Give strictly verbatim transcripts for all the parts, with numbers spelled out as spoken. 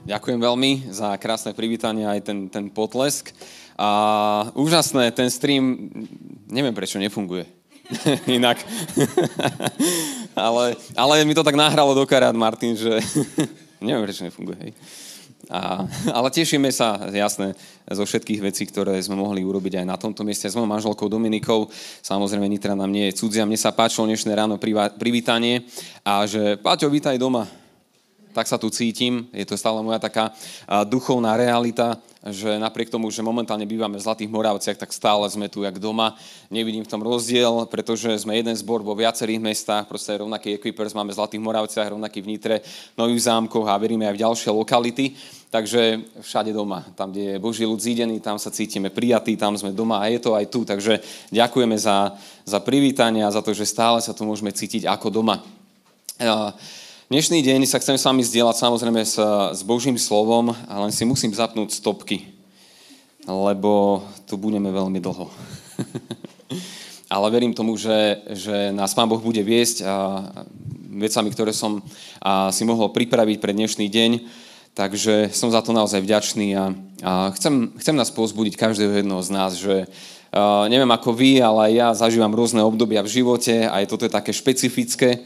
Ďakujem veľmi za krásne privítanie aj ten, ten potlesk. A úžasné, ten stream, neviem prečo nefunguje. Inak. ale, ale mi to tak nahralo do karát, Martin, že neviem prečo nefunguje. Hej. A, ale tešíme sa, jasné, zo všetkých vecí, ktoré sme mohli urobiť aj na tomto mieste s mojou manželkou Dominikou. Samozrejme, Nitra nám nie je cudzia. Mne sa páčilo dnešné ráno privítanie a že Páťo, vítaj doma. Tak sa tu cítim, je to stále moja taká duchovná realita, že napriek tomu, že momentálne bývame v Zlatých Moravciach, tak stále sme tu jak doma. Nevidím v tom rozdiel, pretože sme jeden zbor vo viacerých mestách, proste rovnaký Equipers máme v Zlatých Moravciach, rovnaký v Nitre, Nových Zámkoch a veríme aj v ďalšie lokality. Takže všade doma, tam, kde je Boží ľud zídený, tam sa cítime prijatí, tam sme doma a je to aj tu. Takže ďakujeme za, za privítanie a za to, že stále sa tu môžeme cítiť ako doma. Dnešný deň sa chcem s vami zdieľať samozrejme s, s Božím slovom, a len si musím zapnúť stopky, lebo tu budeme veľmi dlho. Ale verím tomu, že, že nás Pán Boh bude viesť a vecami, ktoré som a, si mohol pripraviť pre dnešný deň, takže som za to naozaj vďačný a, a chcem, chcem nás povzbudiť každého jedného z nás, že a, neviem ako vy, ale ja zažívam rôzne obdobia v živote a aj toto je také špecifické.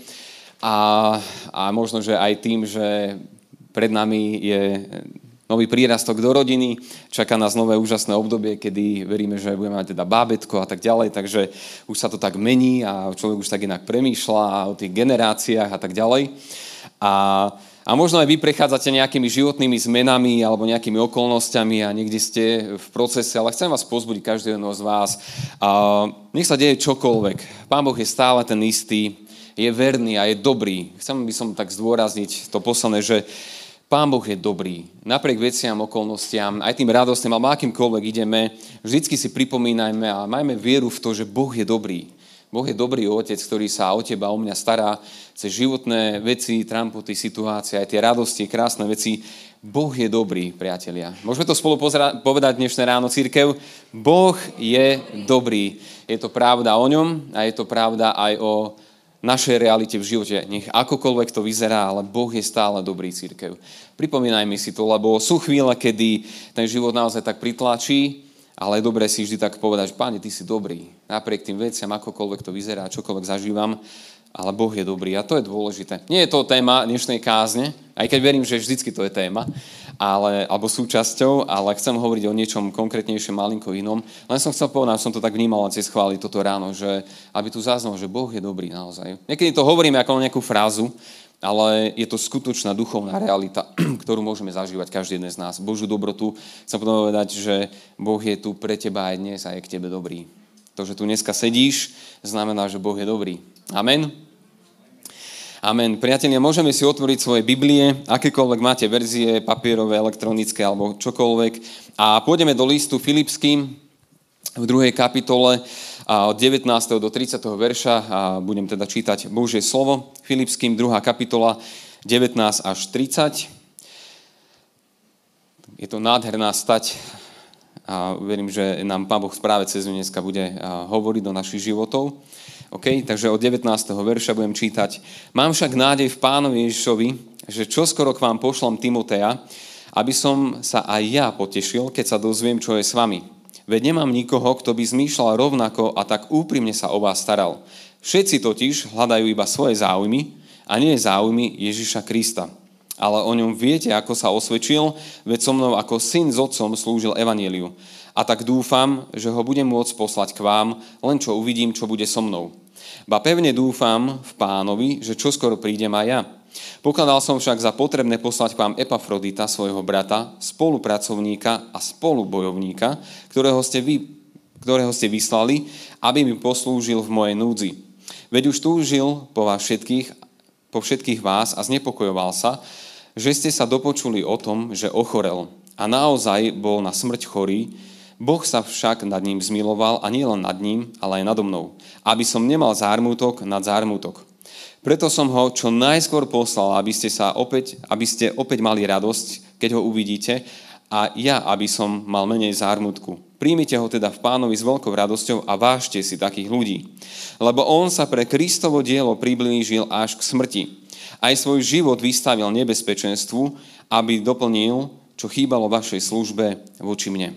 A, a možno, že aj tým, že pred nami je nový prírastok do rodiny, čaká nás nové úžasné obdobie, kedy veríme, že budeme mať teda bábätko a tak ďalej, takže už sa to tak mení a človek už tak inak premýšľa o tých generáciách a tak ďalej. A, a možno aj vy prechádzate nejakými životnými zmenami alebo nejakými okolnostiami a niekde ste v procese, ale chcem vás pozbudiť každého z vás. A nech sa deje čokoľvek. Pán Boh je stále ten istý, je verný a je dobrý. Chcem by som tak zdôrazniť to poslané, že Pán Boh je dobrý. Napriek veciam, okolnostiam, aj tým radostným, alebo akýmkoľvek ideme, vždycky si pripomínajme a majme vieru v to, že Boh je dobrý. Boh je dobrý otec, ktorý sa o teba, o mňa stará cez životné veci, trampoty, situácie, aj tie radosti, krásne veci. Boh je dobrý, priatelia. Môžeme to spolu pozera- povedať dnešné ráno, cirkev? Boh je dobrý. Je to pravda o ňom a je to pravda aj o našej realite v živote. Nech akokoľvek to vyzerá, ale Boh je stále dobrý, cirkev. Pripomínajme si to, lebo sú chvíle, kedy ten život naozaj tak pritlačí, ale je dobré si vždy tak povedať, že Páne, ty si dobrý. Napriek tým veciam, akokoľvek to vyzerá, čokoľvek zažívam, ale Boh je dobrý a to je dôležité. Nie je to téma dnešnej kázne, aj keď verím, že vždycky to je téma, ale, alebo súčasťou, ale chcem hovoriť o niečom konkrétnejšie, malinko inom. Len som chcel povedať, som to tak vnímal cez chváli toto ráno, že aby tu zaznalo, že Boh je dobrý naozaj. Niekedy to hovoríme ako nejakú frázu, ale je to skutočná duchovná realita, ktorú môžeme zažívať každý jeden z nás. Božiu dobrotu, chcem povedať, že Boh je tu pre teba aj dnes a je k tebe dobrý. To, že tu dneska sedíš, znamená, že Boh je dobrý. Amen. Amen. Priatelia, môžeme si otvoriť svoje Biblie, akékoľvek máte verzie, papierové, elektronické alebo čokoľvek. A pôjdeme do listu Filipským v druhej kapitole od devätnásteho do tridsiateho verša a budem teda čítať Božie slovo. Filipským druhá kapitola devätnásť až tridsať. Je to nádherná stať a verím, že nám Pán Boh práve cez ňu dneska bude hovoriť do našich životov. OK, takže od devätnásteho verša budem čítať. Mám však nádej v Pánovi Ježišovi, že čoskoro k vám pošlem Timoteja, aby som sa aj ja potešil, keď sa dozviem, čo je s vami. Veď nemám nikoho, kto by zmýšľal rovnako a tak úprimne sa o vás staral. Všetci totiž hľadajú iba svoje záujmy a nie záujmy Ježiša Krista. Ale o ňom viete, ako sa osvedčil, veď so mnou ako syn s otcom slúžil evanjeliu. A tak dúfam, že ho budem môcť poslať k vám, len čo uvidím, čo bude so mnou. Ba pevne dúfam v Pánovi, že čoskoro prídem aj ja. Pokladal som však za potrebné poslať k vám Epafrodita, svojho brata, spolupracovníka a spolubojovníka, ktorého ste, vy, ktorého ste vyslali, aby mi poslúžil v mojej núdzi. Veď už túžil po vás všetkých, po všetkých vás a znepokojoval sa, že ste sa dopočuli o tom, že ochorel a naozaj bol na smrť chorý. Boh sa však nad ním zmiloval a nie len nad ním, ale aj nado mnou, aby som nemal zármutok nad zármutok. Preto som ho čo najskôr poslal, aby ste, sa opäť, aby ste opäť mali radosť, keď ho uvidíte, a ja, aby som mal menej zármutku. Príjmite ho teda v Pánovi s veľkou radosťou a vážte si takých ľudí. Lebo on sa pre Kristovo dielo priblížil až k smrti. aj svoj život vystavil nebezpečenstvu, aby doplnil, čo chýbalo vašej službe voči mne.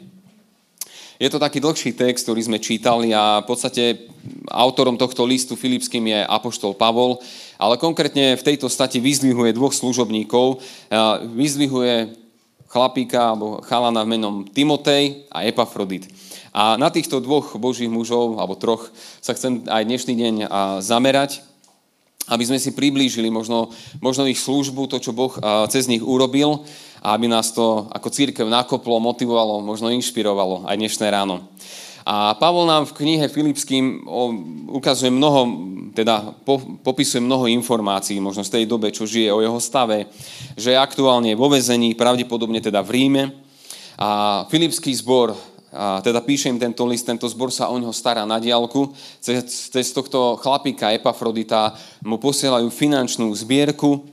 Je to taký dlhší text, ktorý sme čítali a v podstate autorom tohto listu Filipským je apoštol Pavol, ale konkrétne v tejto stati vyzdvihuje dvoch služobníkov, vyzdvihuje chlapíka alebo chalana menom Timotej a Epafrodit. A na týchto dvoch božích mužov, alebo troch, sa chcem aj dnešný deň zamerať, aby sme si priblížili možno, možno ich službu, to, čo Boh cez nich urobil, a aby nás to ako cirkev nakoplo, motivovalo, možno inšpirovalo aj dnešné ráno. A Pavol nám v knihe Filipským ukazuje mnoho, teda popisuje mnoho informácií, možno z tej dobe, čo žije, o jeho stave, že je aktuálne vo väzení, pravdepodobne teda v Ríme. A Filipský zbor, a teda píše im tento list, tento zbor sa o neho stará na diaľku. Cez, cez tohto chlapíka Epafrodita mu posielajú finančnú zbierku.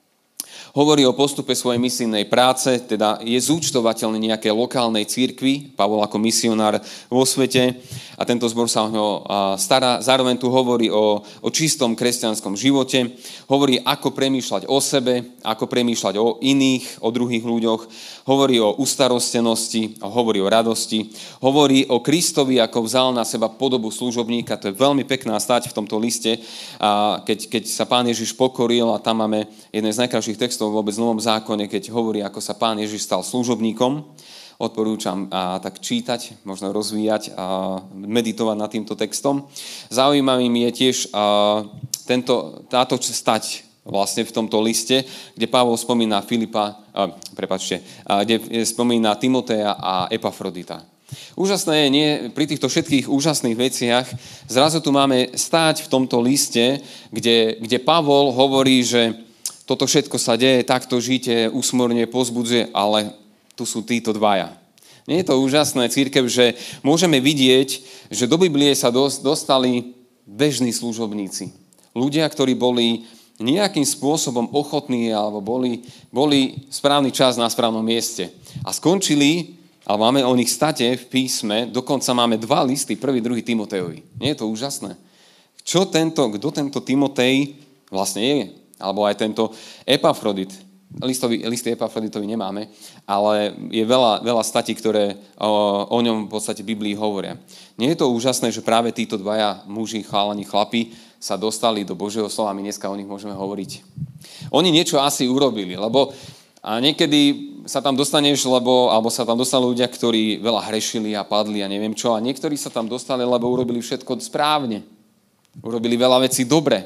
Hovorí o postupe svojej misijnej práce, teda je zúčtovateľný nejakej lokálnej cirkvi, Pavol ako misionár vo svete a tento zbor sa o neho stará. Zároveň tu hovorí o, o čistom kresťanskom živote, hovorí, ako premýšľať o sebe, ako premýšľať o iných, o druhých ľuďoch, hovorí o ustarostenosti, hovorí o radosti, hovorí o Kristovi, ako vzal na seba podobu služobníka. To je veľmi pekná stať v tomto liste, keď, keď sa Pán Ježiš pokoril, a tam máme jeden z najkrajších textov vôbec v Novom zákone, keď hovorí, ako sa Pán Ježiš stal služobníkom. Odporúčam a, tak čítať, možno rozvíjať a meditovať nad týmto textom. Zaujímavým je tiež a, tento, táto stať vlastne v tomto liste, kde Pavol spomína Filipa, a, prepáčte, a, kde spomína Timoteja a Epafrodita. Úžasné je, nie, pri týchto všetkých úžasných veciach, zrazu tu máme stáť v tomto liste, kde, kde Pavol hovorí, že toto všetko sa deje, takto žite, úsmorne pozbudzuje, ale tu sú títo dvaja. Nie je to úžasné, cirkev, že môžeme vidieť, že do Biblie sa dostali bežní služobníci. Ľudia, ktorí boli nejakým spôsobom ochotní alebo boli, boli správny čas na správnom mieste. A skončili, ale máme o nich state v písme, dokonca máme dva listy, prvý, druhý Timotejovi. Nie je to úžasné? Čo tento, kto tento Timotej vlastne je? Alebo aj tento Epafrodit. Listovi, listy Epafroditovi nemáme, ale je veľa, veľa statí, ktoré o, o ňom v podstate Biblii hovoria. Nie je to úžasné, že práve títo dvaja muži, chalani, chlapi sa dostali do Božieho slova, my dneska o nich môžeme hovoriť. Oni niečo asi urobili, lebo a niekedy sa tam dostaneš, lebo, alebo sa tam dostali ľudia, ktorí veľa hrešili a padli a neviem čo, a niektorí sa tam dostali, lebo urobili všetko správne. Urobili veľa vecí dobre.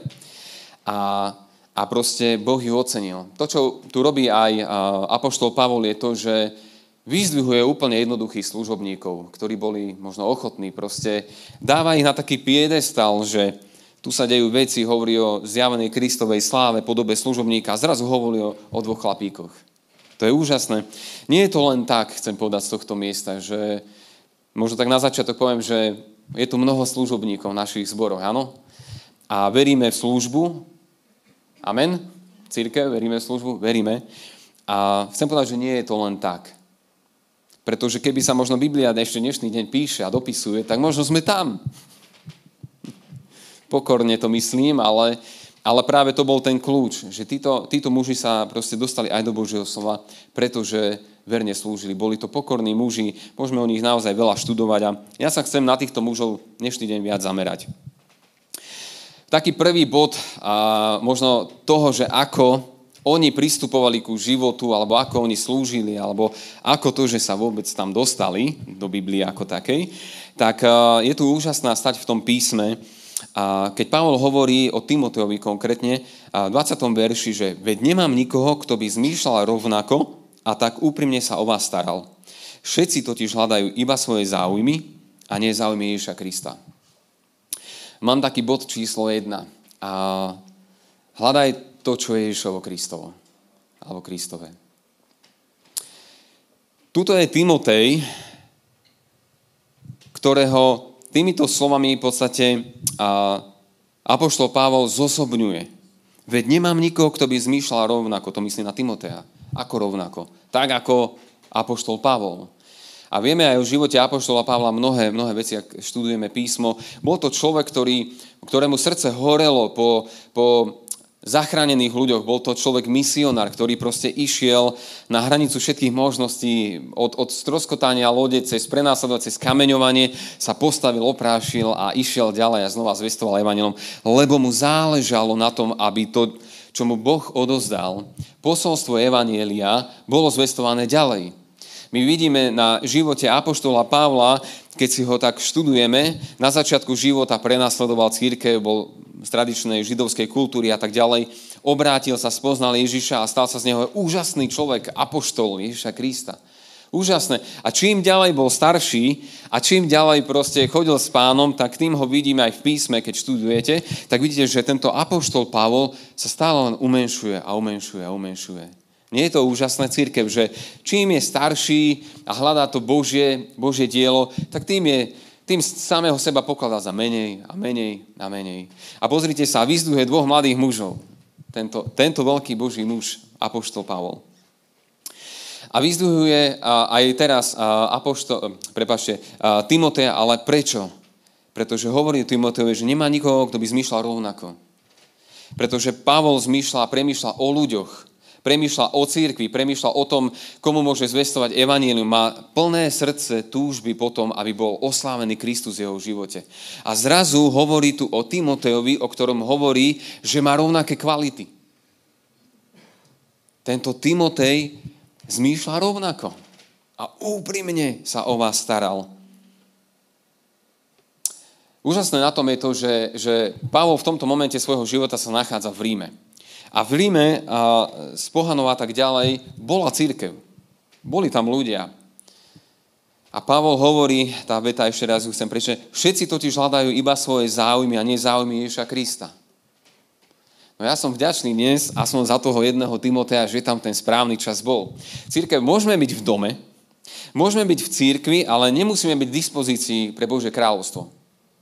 A A proste Boh ju ocenil. To, čo tu robí aj apoštol Pavol, je to, že vyzdvihuje úplne jednoduchých služobníkov, ktorí boli možno ochotní. Proste dáva ich na taký piedestal, že tu sa dejú veci, hovorí o zjavenej Kristovej sláve, podobe služobníka a zrazu hovorí o, o dvoch chlapíkoch. To je úžasné. Nie je to len tak, chcem povedať z tohto miesta, že možno tak na začiatok poviem, že je tu mnoho služobníkov v našich zboroch, áno? A veríme v službu. Amen? Cirkev, veríme v službu? Veríme. A chcem povedať, že nie je to len tak. Pretože keby sa možno Biblia ešte dnešný deň píše a dopisuje, tak možno sme tam. Pokorne to myslím, ale, ale práve to bol ten kľúč, že títo, títo muži sa proste dostali aj do Božieho slova, pretože verne slúžili. Boli to pokorní muži, môžeme o nich naozaj veľa študovať a ja sa chcem na týchto mužov dnešný deň viac zamerať. Taký prvý bod a možno toho, že ako oni pristupovali ku životu, alebo ako oni slúžili, alebo ako to, že sa vôbec tam dostali do Biblie ako takej, tak je tu úžasná stať v tom písme. Keď Pavol hovorí o Timotejovi konkrétne v dvadsiatom verši, že veď nemám nikoho, kto by zmýšľal rovnako a tak úprimne sa o vás staral. Všetci totiž hľadajú iba svoje záujmy a nie záujmy Ježiša Krista. Mám taký bod číslo jedna. A hľadaj to, čo je Ježišovo Kristovo. Alebo Kristové. Tuto je Timotej, ktorého týmito slovami v podstate a, apoštol Pavol zosobňuje. Veď nemám nikoho, kto by zmýšľal rovnako, to myslí na Timoteja. Ako rovnako? Tak ako apoštol Pavol. A vieme aj o živote apoštola Pavla mnohé, mnohé veci, ak študujeme písmo. Bol to človek, ktorý, ktorému srdce horelo po, po zachránených ľuďoch. Bol to človek misionár, ktorý proste išiel na hranicu všetkých možností. Od, od stroskotania lode cez prenásledovanie, cez kameňovanie sa postavil, oprášil a išiel ďalej a znova zvestoval evanjelium, lebo mu záležalo na tom, aby to, čo mu Boh odozdal, posolstvo evanjelia, bolo zvestované ďalej. My vidíme na živote apoštola Pavla, keď si ho tak študujeme, na začiatku života prenasledoval cirkev, bol z tradičnej židovskej kultúry a tak ďalej, obrátil sa, spoznal Ježiša a stal sa z neho úžasný človek, apoštol Ježiša Krista. Úžasné. A čím ďalej bol starší a čím ďalej proste chodil s pánom, tak tým ho vidíme aj v písme, keď študujete, tak vidíte, že tento apoštol Pavol sa stále len umenšuje a umenšuje a umenšuje. Nie je to úžasné, cirkev, že čím je starší a hľadá to Božie, Božie dielo, tak tým, je, tým samého seba pokladá za menej a menej a menej. A pozrite sa, vyzdvihuje dvoch mladých mužov. Tento, tento veľký Boží muž, apoštol Pavol. A vyzdvihuje aj teraz apoštol, prepáčte, Timoteja, ale prečo? Pretože hovorí Timotejovi, že nemá nikoho, kto by zmýšľal rovnako. Pretože Pavol zmýšľa a premýšľa o ľuďoch, premýšľa o cirkvi, premýšľa o tom, komu môže zvestovať evanjelium. Má plné srdce túžby potom, aby bol oslávený Kristus v jeho živote. A zrazu hovorí tu o Timotejovi, o ktorom hovorí, že má rovnaké kvality. Tento Timotej zmýšľa rovnako a úprimne sa o vás staral. Úžasné na tom je to, že, že Pavol v tomto momente svojho života sa nachádza v Ríme. A v Ríme a z pohanov a tak ďalej bola cirkev. Boli tam ľudia. A Pavol hovorí, tá veta ešte raz ju chcem prečítať, všetci totiž hľadajú iba svoje záujmy a nie záujmy Ježiša Krista. No ja som vďačný dnes a som za toho jedného Timoteja, že tam ten správny čas bol. Cirkev, môžeme byť v dome, môžeme byť v cirkvi, ale nemusíme byť v dispozícii pre Božie kráľovstvo.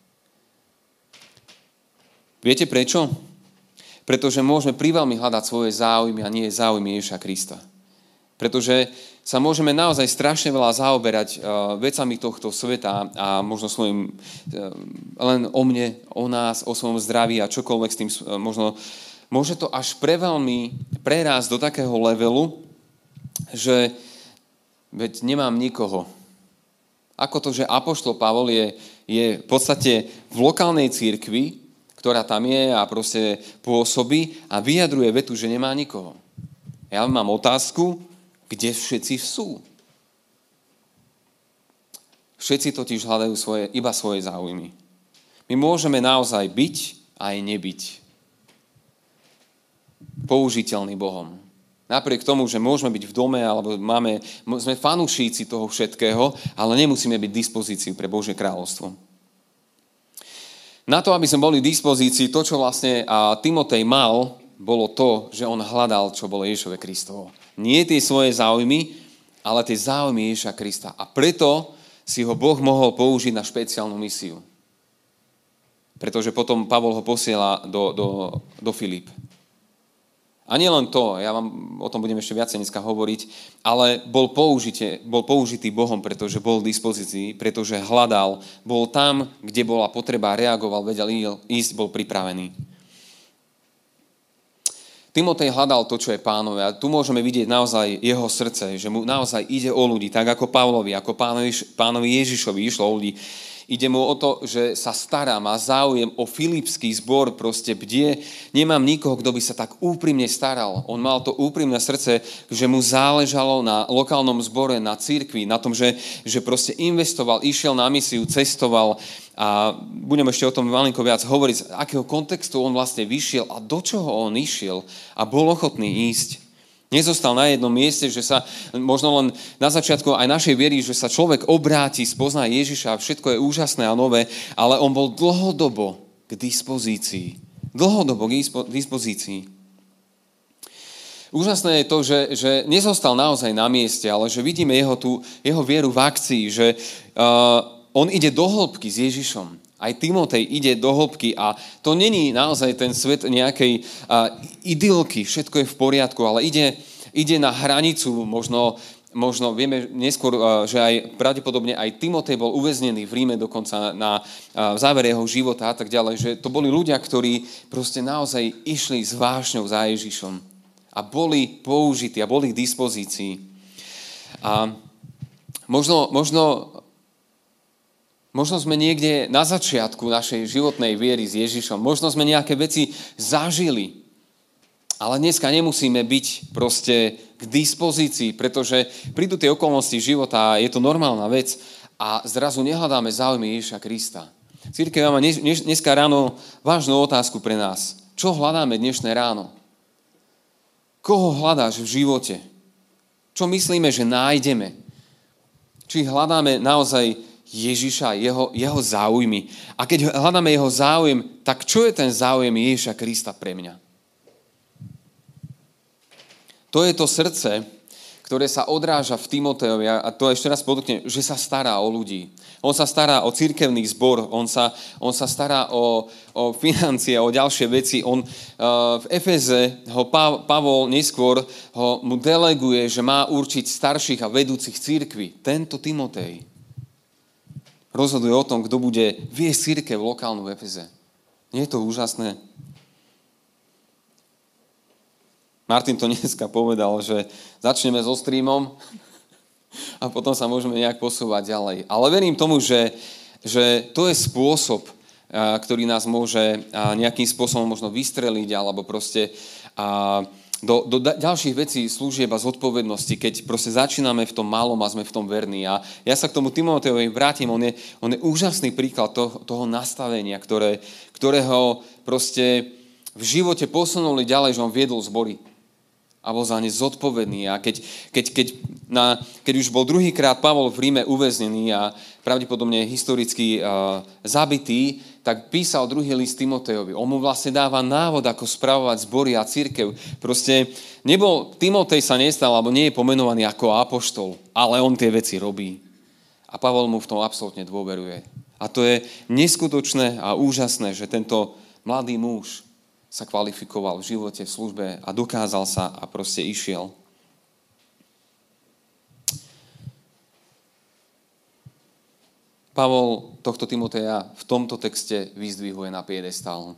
Viete prečo? Pretože môžeme priveľmi hľadať svoje záujmy a nie záujmy Ježiša Krista. Pretože sa môžeme naozaj strašne veľa zaoberať uh, vecami tohto sveta a možno svojim, uh, len o mne, o nás, o svojom zdraví a čokoľvek s tým uh, možno. Môže to až preveľmi prerásť do takého levelu, že veď nemám nikoho. Ako to, že apoštol Pavol je, je v podstate v lokálnej cirkvi, ktorá tam je a proste pôsobí a vyjadruje vetu, že nemá nikoho. Ja mám otázku, kde všetci sú? Všetci totiž hľadajú svoje, iba svoje záujmy. My môžeme naozaj byť a aj nebyť použiteľný Bohom. Napriek tomu, že môžeme byť v dome alebo máme, sme fanúšíci toho všetkého, ale nemusíme byť v dispozícii pre Božie kráľovstvo. Na to, aby sme boli v dispozícii, to, čo vlastne Timotej mal, bolo to, že on hľadal, čo bolo Ježišove Kristovo. Nie tie svoje záujmy, ale tie záujmy Ježiša Krista. A preto si ho Boh mohol použiť na špeciálnu misiu. Pretože potom Pavol ho posiela do, do, do Filip. A nie len to, ja vám o tom budem ešte viacej dneska hovoriť, ale bol, použite, bol použitý Bohom, pretože bol v dispozícii, pretože hľadal, bol tam, kde bola potreba, reagoval, vedel ísť, bol pripravený. Timotej hľadal to, čo je Pánovi a tu môžeme vidieť naozaj jeho srdce, že mu naozaj ide o ľudí, tak ako Pavlovi, ako pánovi, pánovi Ježišovi išlo o ľudí. Ide mu o to, že sa stará, má záujem o filipský zbor, proste bdie. Nemám nikoho, kto by sa tak úprimne staral. On mal to úprimné srdce, že mu záležalo na lokálnom zbore, na cirkvi, na tom, že, že proste investoval, išiel na misiu, cestoval a budem ešte o tom malinko viac hovoriť, z akého kontextu on vlastne vyšiel a do čoho on išiel a bol ochotný ísť. Nezostal na jednom mieste, že sa možno len na začiatku aj našej viery, že sa človek obráti, spozná Ježiša, všetko je úžasné a nové, ale on bol dlhodobo k dispozícii. Dlhodobo k dispozícii. Úžasné je to, že, že nezostal naozaj na mieste, ale že vidíme jeho, tú, jeho vieru v akcii, že uh, on ide do hĺbky s Ježišom. Aj Timotej ide do hĺbky a to není naozaj ten svet nejakej uh, idylky, všetko je v poriadku, ale ide, ide na hranicu možno možno vieme neskôr, že aj pravdepodobne aj Timotej bol uväznený v Ríme dokonca na, v závere jeho života a tak ďalej, že to boli ľudia, ktorí proste naozaj išli s vášňou za Ježišom a boli použití a boli k dispozícii. A možno, možno, možno sme niekde na začiatku našej životnej viery s Ježišom, možno sme nejaké veci zažili, ale dneska nemusíme byť proste k dispozícii, pretože prídu tie okolnosti života a je to normálna vec a zrazu nehľadáme záujmy Ježiša Krista. Cirkev má dnes, dneska ráno vážnu otázku pre nás. Čo hľadáme dnešné ráno? Koho hľadáš v živote? Čo myslíme, že nájdeme? Či hľadáme naozaj Ježiša, jeho, jeho záujmy? A keď hľadáme jeho záujem, tak čo je ten záujem Ježiša Krista pre mňa? To je to srdce, ktoré sa odráža v Timotejovi, a to ešte raz podoknem, že sa stará o ľudí. On sa stará o cirkevný zbor, on sa, on sa stará o, o financie, o ďalšie veci. On, uh, v Efeze ho pa, Pavol neskôr ho, mu deleguje, že má určiť starších a vedúcich cirkví. Tento Timotej rozhoduje o tom, kto bude viesť cirkev lokálnu v Efeze. Nie je to úžasné? Martin to dneska povedal, že začneme so streamom a potom sa môžeme nejak posúvať ďalej. Ale verím tomu, že, že to je spôsob, ktorý nás môže nejakým spôsobom možno vystreliť alebo proste do, do ďalších vecí služieb a zodpovednosti, keď proste začíname v tom malom a sme v tom verní. A ja sa k tomu Timotejovi vrátim, on je, on je úžasný príklad toho, toho nastavenia, ktoré, ktorého proste v živote posunuli ďalej, že on viedol zbory a bol za ne zodpovedný. A keď, keď, keď, na, keď už bol druhýkrát Pavol v Ríme uväznený a pravdepodobne historicky uh, zabitý, tak písal druhý list Timotejovi. On mu vlastne dáva návod, ako spravovať zbory a cirkev. Proste nebol, Timotej sa nestal, alebo nie je pomenovaný ako apoštol, ale on tie veci robí. A Pavol mu v tom absolútne dôveruje. A to je neskutočné a úžasné, že tento mladý muž sa kvalifikoval v živote, v službe a dokázal sa a proste išiel. Pavol tohto Timoteja v tomto texte vyzdvihuje na piedestál.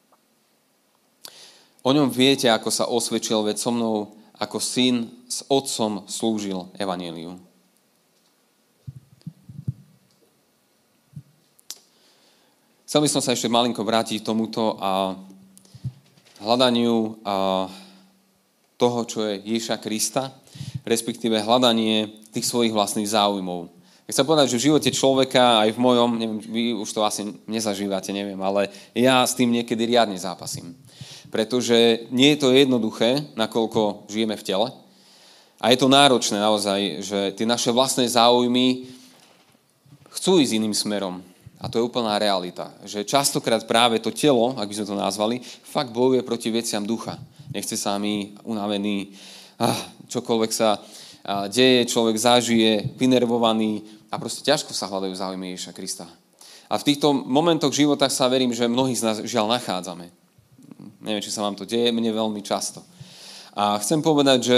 O ňom viete, ako sa osvedčil, veď so mnou ako syn s otcom slúžil evanjeliu. Chcel by som sa ešte malinko vrátiť tomuto a hľadaniu toho, čo je Ježiša Krista, respektíve hľadanie tých svojich vlastných záujmov. Chcem povedať, že v živote človeka, aj v mojom, neviem, vy už to asi nezažívate, neviem, ale ja s tým niekedy riadne zápasím. Pretože nie je to jednoduché, nakoľko žijeme v tele. A je to náročné naozaj, že tie naše vlastné záujmy chcú ísť iným smerom. A to je úplná realita, že častokrát práve to telo, ak by sme to nazvali, fakt bojuje proti veciam ducha. Nechce sa mi unavený, ah, čokoľvek sa ah, deje, človek zažije, vynervovaný a proste ťažko sa hľadajú záujmy Ježiša Krista. A v týchto momentoch života sa verím, že mnohí z nás žiaľ nachádzame. Neviem, či sa vám to deje, mne veľmi často. A chcem povedať, že,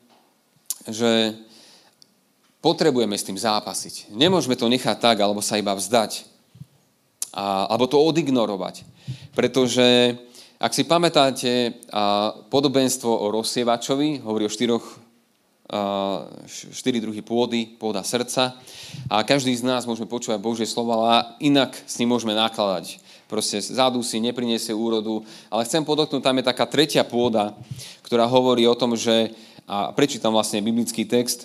že potrebujeme s tým zápasiť. Nemôžeme to nechať tak, alebo sa iba vzdať. A, alebo to odignorovať. Pretože, ak si pamätáte a, podobenstvo o rozsievačovi, hovorí o štyroch, a, štyri druhy pôdy, pôda srdca a každý z nás môžeme počúvať Božie slovo, ale inak s ním môžeme nakladať. Proste zadusí, nepriniesie úrodu, ale chcem podotknúť, tam je taká tretia pôda, ktorá hovorí o tom, že, a prečítam vlastne biblický text,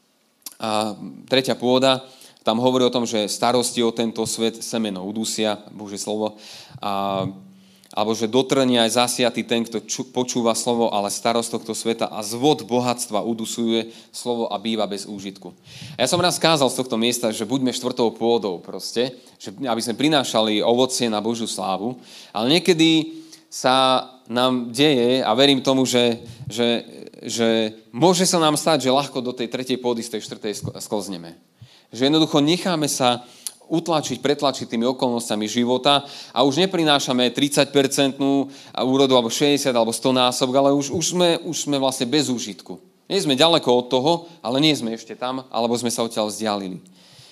a tretia pôda, tam hovorí o tom, že starosti o tento svet semeno udusia, Božie slovo, a, alebo že dotrnie aj zasiatý ten, kto ču, počúva slovo, ale starosť tohto sveta a zvod bohatstva udusuje slovo a býva bez úžitku. A ja som raz kázal z tohto miesta, že buďme štvrtou pôdou proste, že, aby sme prinášali ovocie na Božiu slávu, ale niekedy sa nám deje, a verím tomu, že, že, že môže sa nám stať, že ľahko do tej tretej pôdy z tej štvrtej sklzneme. Že jednoducho necháme sa utlačiť, pretlačiť tými okolnostiami života a už neprinášame tridsať percent úrodu alebo šesťdesiat alebo sto násobok, ale už, už, sme, už sme vlastne bez úžitku. Nie sme ďaleko od toho, ale nie sme ešte tam, alebo sme sa odtiaľ vzdialili.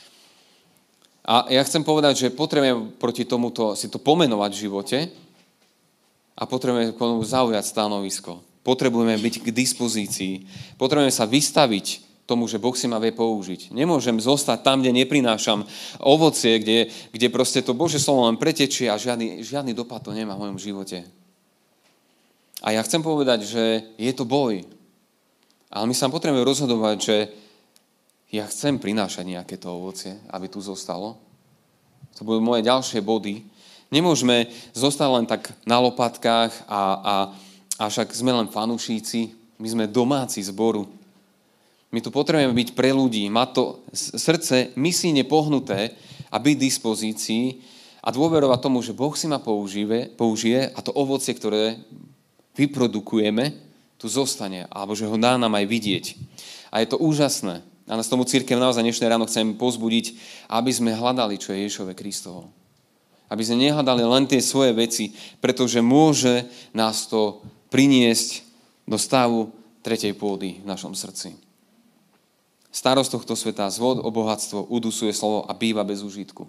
A ja chcem povedať, že potrebujeme proti tomuto si to pomenovať v živote a potrebujeme k tomu zaujať stanovisko. Potrebujeme byť k dispozícii. Potrebujeme sa vystaviť tomu, že Boh si ma vie použiť. Nemôžem zostať tam, kde neprinášam ovocie, kde, kde proste to Božie slovo len pretečie a žiadny, žiadny dopad to nemá v mojom živote. A ja chcem povedať, že je to boj. Ale my sa potrebujeme rozhodovať, že ja chcem prinášať nejaké to ovocie, aby tu zostalo. To budú moje ďalšie body. Nemôžeme zostať len tak na lopatkách a, a, a však sme len fanúšíci. My sme domáci zboru. My tu potrebujeme byť pre ľudí, mať to srdce misíne pohnuté a byť v dispozícii a dôverovať tomu, že Boh si ma použije, použije a to ovocie, ktoré vyprodukujeme, tu zostane, alebo že ho dá nám aj vidieť. A je to úžasné. A nás tomu cirkev naozaj dnešné ráno chcem pozbudiť, aby sme hľadali, čo je Ježišové Kristovo. Aby sme nehľadali len tie svoje veci, pretože môže nás to priniesť do stavu tretej pôdy v našom srdci. Starosť tohto sveta, zvod o bohatstvo, udusuje slovo a býva bez užitku.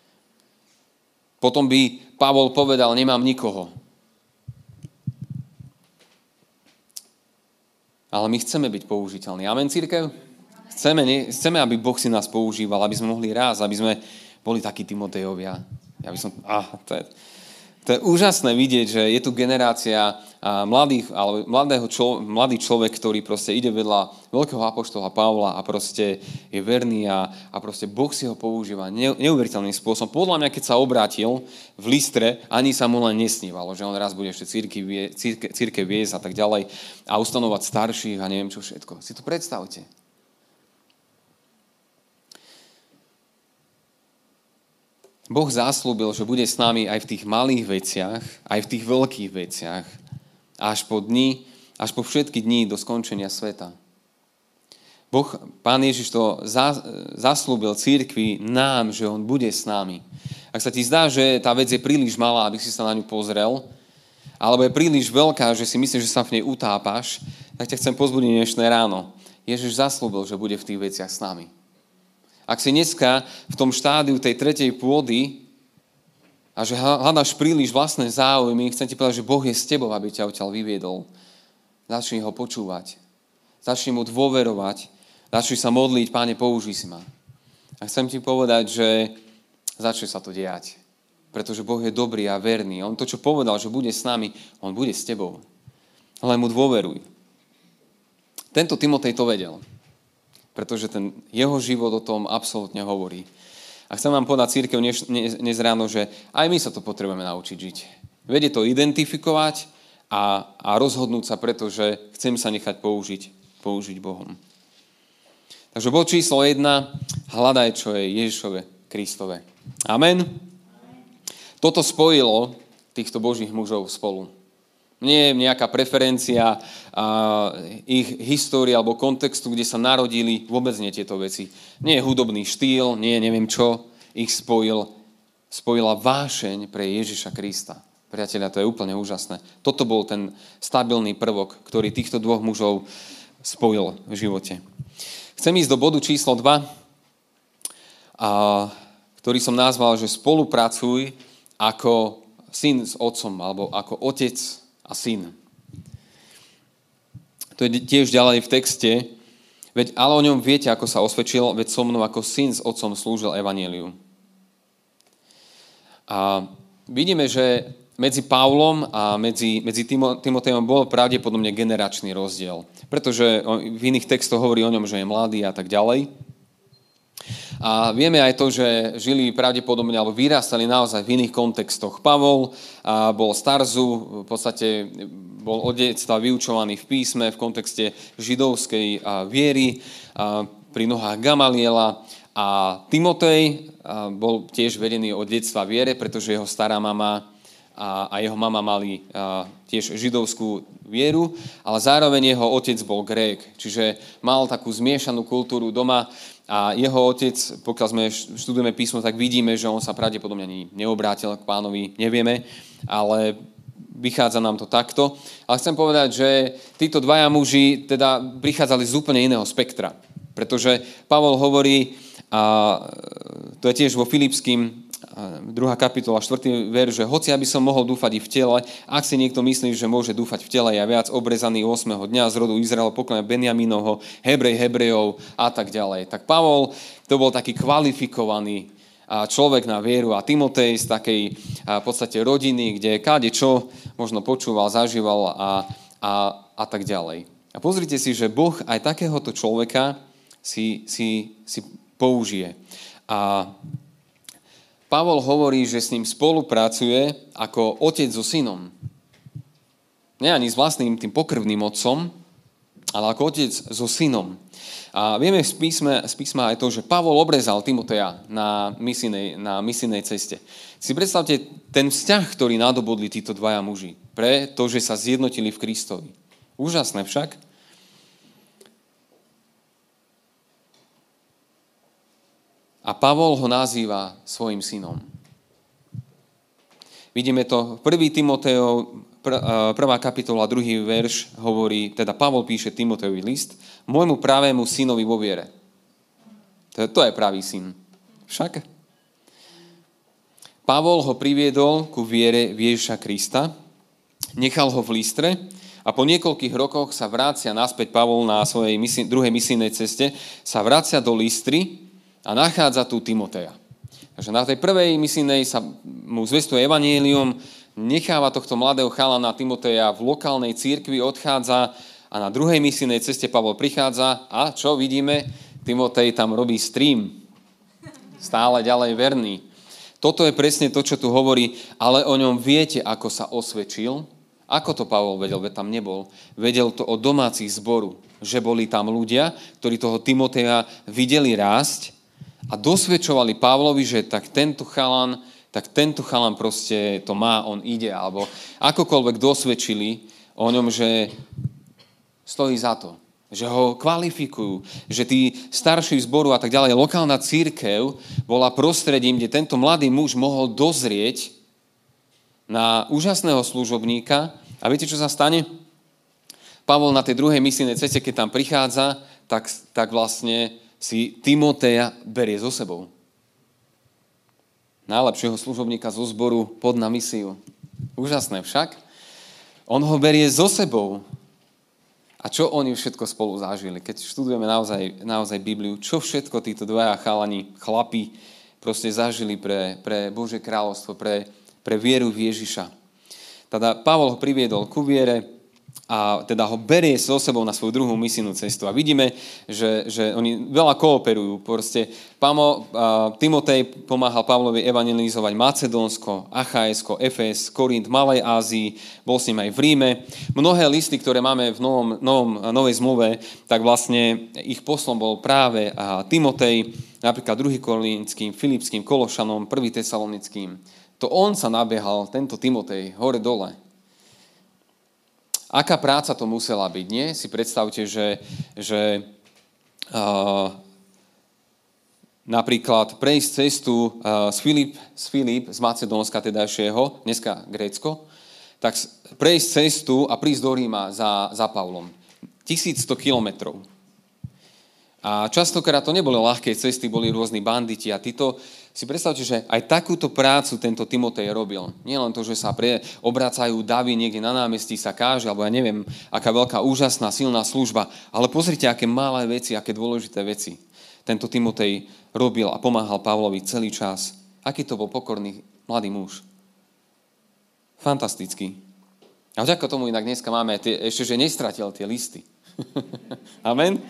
Potom by Pavol povedal, nemám nikoho. Ale my chceme byť použiteľní. Amen, cirkev? Chceme, nie? Chceme, aby Boh si nás používal, aby sme mohli rásť, aby sme boli takí Timotejovia. Ja by som... Ah, to je... To je úžasné vidieť, že je tu generácia mladých, alebo mladého člo, mladý človek, ktorý proste ide vedľa veľkého apoštola Pavla a proste je verný a, a proste Boh si ho používa ne, neuveriteľným spôsobom. Podľa mňa, keď sa obrátil v Listre, ani sa mu len nesnívalo, že on raz bude ešte církev, círke, církev viesť a tak ďalej a ustanovať starších a neviem čo všetko. Si to predstavte. Boh zaslúbil, že bude s nami aj v tých malých veciach, aj v tých veľkých veciach, až po dni, až po všetky dni do skončenia sveta. Boh, Pán Ježiš to zaslúbil cirkvi nám, že on bude s nami. Ak sa ti zdá, že tá vec je príliš malá, aby si sa na ňu pozrel, alebo je príliš veľká, že si myslíš, že sa v nej utápaš, tak ťa chcem pozbudiť dnešné ráno. Ježiš zaslúbil, že bude v tých veciach s nami. Ak si dneska v tom štádiu tej tretej pôdy a že hľadáš príliš vlastné záujmy, chcem ti povedať, že Boh je s tebou, aby ťa odtiaľ vyviedol. Začni ho počúvať. Začni mu dôverovať. Začni sa modliť, Páne, použij si ma. A chcem ti povedať, že začne sa to diať. Pretože Boh je dobrý a verný. On to, čo povedal, že bude s nami, on bude s tebou. Ale mu dôveruj. Tento Timotej to vedel. Pretože ten jeho život o tom absolútne hovorí. A chcem vám povedať, cirkev, dnes, dnes ráno, že aj my sa to potrebujeme naučiť žiť. Vedie to identifikovať a, a rozhodnúť sa, pretože chcem sa nechať použiť, použiť Bohom. Takže bod číslo jedna, hľadaj, čo je Ježišove Kristove. Amen. Toto spojilo týchto Božích mužov spolu. Nie je nejaká preferencia a, ich histórie alebo kontextu, kde sa narodili, vôbec nie tieto veci. Nie je hudobný štýl, nie je neviem čo, ich spojil, spojila vášeň pre Ježiša Krista. Priatelia, to je úplne úžasné. Toto bol ten stabilný prvok, ktorý týchto dvoch mužov spojil v živote. Chcem ísť do bodu číslo dva, a, ktorý som nazval, že spolupracuj ako syn s otcom, alebo ako otec a syn. To je tiež ďalej v texte. Veď ale o ňom viete, ako sa osvedčil, veď so mnou ako syn s otcom slúžil evanjeliu. A vidíme, že medzi Pavlom a medzi, medzi Timotejom bol pravdepodobne generačný rozdiel. Pretože v iných textoch hovorí o ňom, že je mladý a tak ďalej. A vieme aj to, že žili pravdepodobne, alebo vyrastali naozaj v iných kontextoch. Pavol a bol z Tarzu, v podstate bol od detstva vyučovaný v písme, v kontexte židovskej viery, pri nohách Gamaliela. A Timotej bol tiež vedený od detstva viere, pretože jeho stará mama a jeho mama mali tiež židovskú vieru, ale zároveň jeho otec bol Grék, čiže mal takú zmiešanú kultúru doma. A jeho otec, pokiaľ sme študujeme písmo, tak vidíme, že on sa pravdepodobne ani neobrátil k Pánovi, nevieme, ale vychádza nám to takto. Ale chcem povedať, že títo dvaja muži teda prichádzali z úplne iného spektra. Pretože Pavol hovorí, a to je tiež vo Filipským, druhá kapitola, štvrtý verš, že hoci aby som mohol dúfať i v tele, ak si niekto myslí, že môže dúfať v tele, ja viac obrezaný ôsmeho dňa z rodu Izraela, pokolenia Benjaminovho, Hebrej Hebrejov a tak ďalej. Tak Pavol to bol taký kvalifikovaný človek na vieru a Timotej z takej v podstate rodiny, kde káde čo možno počúval, zažíval a, a, a tak ďalej. A pozrite si, že Boh aj takéhoto človeka si, si, si použije. A Pavol hovorí, že s ním spolupracuje ako otec so synom. Nie ani s vlastným tým pokrvným otcom, ale ako otec so synom. A vieme z písma, z písma aj to, že Pavol obrezal Timoteja na misijnej, na misijnej ceste. Si predstavte ten vzťah, ktorý nadobudli títo dvaja muži, pre to, že sa zjednotili v Kristovi. Úžasné však. A Pavol ho nazýva svojim synom. Vidíme to v prvý Timotejov, prvá kapitola, druhý verš hovorí, teda Pavol píše Timotejovi list, môjmu pravému synovi vo viere. To je, to je pravý syn. Však? Pavol ho priviedol ku viere v Ježiša Krista, nechal ho v Listre a po niekoľkých rokoch sa vracia naspäť Pavol na svojej misi, druhej misijnej ceste, sa vracia do Listry a nachádza tu Timoteja. Takže na tej prvej misijnej sa mu zvestuje evanjelium, necháva tohto mladého chalana Timoteja v lokálnej cirkvi, odchádza a na druhej misijnej ceste Pavol prichádza a čo vidíme? Timotej tam robí stream. Stále ďalej verný. Toto je presne to, čo tu hovorí, ale o ňom viete, ako sa osvedčil. Ako to Pavol vedel, veď tam nebol? Vedel to od domácich zboru, že boli tam ľudia, ktorí toho Timoteja videli rásť a dosvedčovali Pavlovi, že tak tento chalan, tak tento chalan proste to má, on ide, alebo akokoľvek dosvedčili o ňom, že stojí za to, že ho kvalifikujú, že tí starší zboru a tak ďalej, lokálna cirkev bola prostredím, kde tento mladý muž mohol dozrieť na úžasného služobníka. A viete, čo sa stane? Pavol na tej druhej misijnej ceste, keď tam prichádza, tak, tak vlastne si Timoteja berie so sebou. Najlepšieho služobníka zo zboru pod na misiu. Úžasné však. On ho berie so sebou. A čo oni všetko spolu zažili? Keď študujeme naozaj, naozaj Bibliu, čo všetko títo dvaja chalani, chlapi proste zažili pre, pre Božie kráľovstvo, pre, pre vieru v Ježiša. Teda Pavol ho priviedol ku viere, a teda ho berie so sebou na svoju druhú misijnú cestu. A vidíme, že, že oni veľa kooperujú. Proste Pamo, Timotej pomáhal Pavlovi evangelizovať Macedónsko, Achajsko, Efes, Korint, Malej Ázii, bol s ním aj v Ríme. Mnohé listy, ktoré máme v novom, novom, novej zmluve, tak vlastne ich poslom bol práve Timotej, napríklad druhý Korinským, Filipským, Kološanom, prvý Tesalonickým. To on sa nabiehal, tento Timotej, hore-dole. Aká práca to musela byť, nie? Si predstavte, že, že uh, napríklad prejsť cestu uh, z, Filip, z Filip, z Macedónska tedajšieho, dneska Grécko, tak prejsť cestu a prísť do Ríma za, za Pavlom. tisícsto kilometrov. A častokrát to neboli ľahké cesty, boli rôzni banditi a títo, si predstavte, že aj takúto prácu tento Timotej robil. Nie len to, že sa pre, obracajú davy niekde na námestí, sa káže, alebo ja neviem, aká veľká, úžasná, silná služba, ale pozrite, aké malé veci, aké dôležité veci tento Timotej robil a pomáhal Pavlovi celý čas. Aký to bol pokorný mladý muž. Fantastický. A vďaka tomu inak dneska máme tie, ešte, že nestratil tie listy. Amen?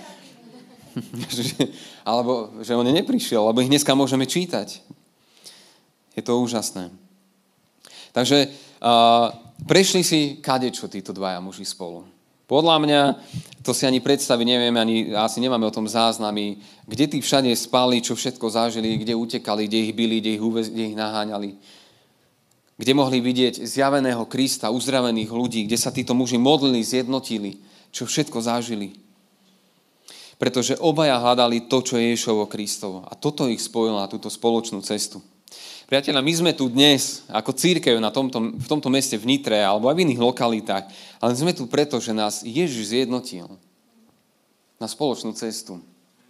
Alebo, že on neprišiel, lebo ich dneska môžeme čítať. Je to úžasné. Takže uh, prešli si kadečo títo dvaja muži spolu. Podľa mňa, to si ani predstaviť nevieme, ani asi nemáme o tom záznamy, kde tí všade spali, čo všetko zažili, kde utekali, kde ich bili, kde ich, uvez, kde ich naháňali. Kde mohli vidieť zjaveného Krista, uzdravených ľudí, kde sa títo muži modlili, zjednotili, čo všetko zažili. Pretože obaja hľadali to, čo je Ježišovo Kristovo. A toto ich spojilo na túto spoločnú cestu. Priatelia, my sme tu dnes ako cirkev na tomto, v tomto meste v Nitre alebo aj v iných lokalitách, ale sme tu preto, že nás Ježiš zjednotil na spoločnú cestu.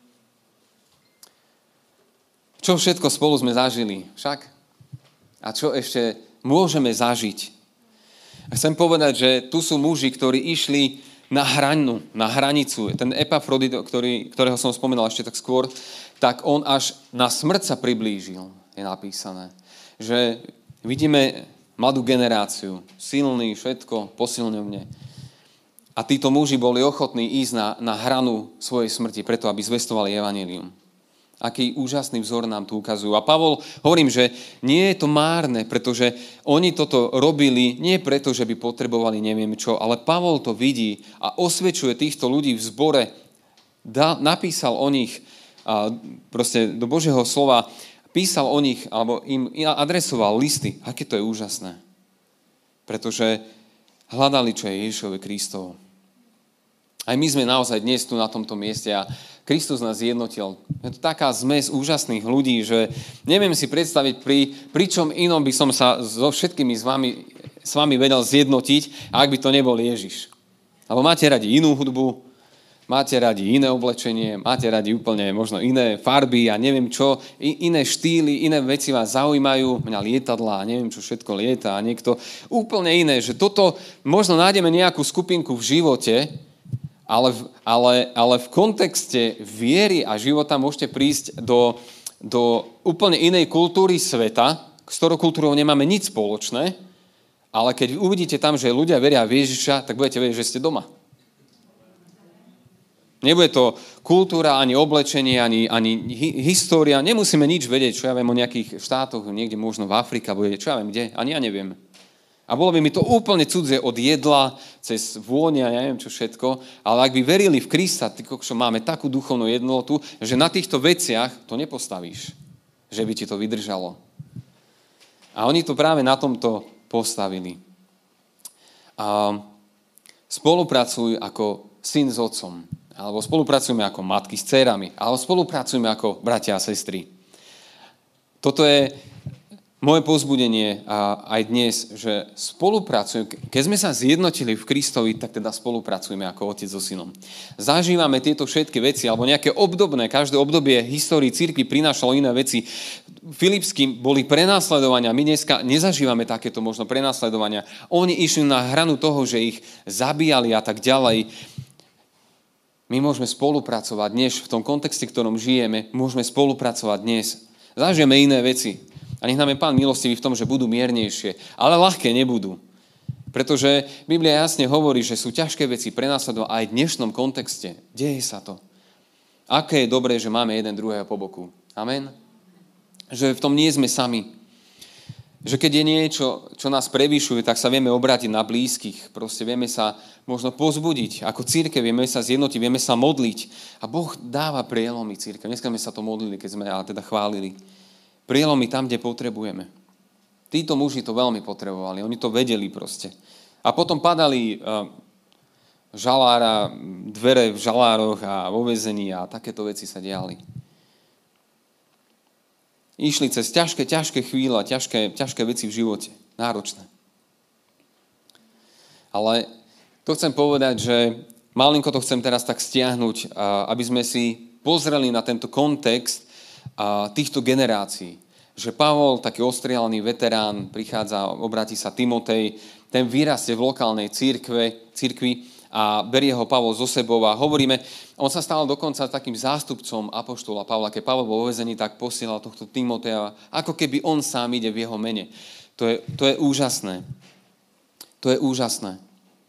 Čo všetko spolu sme zažili však? A čo ešte môžeme zažiť? A chcem povedať, že tu sú muži, ktorí išli na hranu, na hranicu. Ten Epafrodit, ktorý, ktorého som spomínal ešte tak skôr, tak on až na smrť sa priblížil. Je napísané, že vidíme mladú generáciu, silný, všetko, posilňovne. A títo muži boli ochotní ísť na, na hranu svojej smrti, preto aby zvestovali evanjelium. Aký úžasný vzor nám tu ukazujú. A Pavol, hovorím, že nie je to márne, pretože oni toto robili nie preto, že by potrebovali neviem čo, ale Pavol to vidí a osvedčuje týchto ľudí v zbore. Da, napísal o nich a proste do Božieho slova, písal o nich, alebo im adresoval listy. Aké to je úžasné. Pretože hľadali, čo je Ježišové Kristovo. Aj my sme naozaj dnes tu na tomto mieste a Kristus nás zjednotil. Je to taká zmes úžasných ľudí, že neviem si predstaviť, pri, pri čom inom by som sa so všetkými s vami, s vami vedel zjednotiť, ak by to nebol Ježiš. Alebo máte radi inú hudbu, máte radi iné oblečenie, máte radi úplne možno iné farby a neviem čo, iné štýly, iné veci vás zaujímajú, mňa lietadlá a neviem čo všetko lieta a niekto úplne iné, že toto možno nájdeme nejakú skupinku v živote, ale, ale, ale v kontexte viery a života môžete prísť do, do úplne inej kultúry sveta, s ktorou kultúrou nemáme nič spoločné, ale keď uvidíte tam, že ľudia veria v Ježiša, tak budete vedieť, že ste doma. Nebude to kultúra, ani oblečenie, ani, ani história. Nemusíme nič vedieť, čo ja viem o nejakých štátoch, niekde možno v Afrike, bude, čo ja viem kde, ani ja neviem. A bolo by mi to úplne cudzie od jedla, cez vône a neviem čo všetko, ale ak by verili v Krista, ty kokšo, máme takú duchovnú jednotu, že na týchto veciach to nepostavíš, že by ti to vydržalo. A oni to práve na tomto postavili. A spolupracujú ako syn s otcom, alebo spolupracujeme ako matky s dcérami, alebo spolupracujeme ako bratia a sestry. Toto je moje povzbudenie aj dnes, že spolupracujeme, keď sme sa zjednotili v Kristovi, tak teda spolupracujeme ako otec so synom. Zažívame tieto všetky veci, alebo nejaké obdobné, každé obdobie histórii cirkvi prinášalo iné veci. Filipským boli prenasledovania, my dneska nezažívame takéto možno prenasledovania. Oni išli na hranu toho, že ich zabíjali a tak ďalej. My môžeme spolupracovať dnes, v tom kontexte, v ktorom žijeme, môžeme spolupracovať dnes. Zažijeme iné veci. A nech nám je Pán milostivý v tom, že budú miernejšie, ale ľahké nebudú. Pretože Biblia jasne hovorí, že sú ťažké veci prenasledovať aj v dnešnom kontexte. Deje sa to. Aké je dobré, že máme jeden druhého po boku. Amen. Že v tom nie sme sami. Že keď je niečo, čo nás prevyšuje, tak sa vieme obrátiť na blízkych. Proste vieme sa možno pozbudiť. Ako cirkev vieme sa zjednotiť, vieme sa modliť. A Boh dáva prielomy cirkev. Dneska sme sa to modlili, keď sme ale teda chválili. Prielomy tam, kde potrebujeme. Títo muži to veľmi potrebovali. Oni to vedeli proste. A potom padali uh, žalára, dvere v žalároch a vo väzení a takéto veci sa diali. Išli cez ťažké, ťažké chvíle, ťažké, ťažké veci v živote. Náročné. Ale to chcem povedať, že malinko to chcem teraz tak stiahnuť, aby sme si pozreli na tento kontext týchto generácií. Že Pavol, taký ostrielaný veterán, prichádza, obráti sa Timotej, ten vyrastie v lokálnej cirkve, cirkvi a berie ho Pavol so sebou a hovoríme, on sa stal dokonca takým zástupcom apoštola Pavla. Keď Pavol bol vo väzení, tak posielal tohto Timoteja, ako keby on sám ide v jeho mene. To je, to je úžasné. To je úžasné.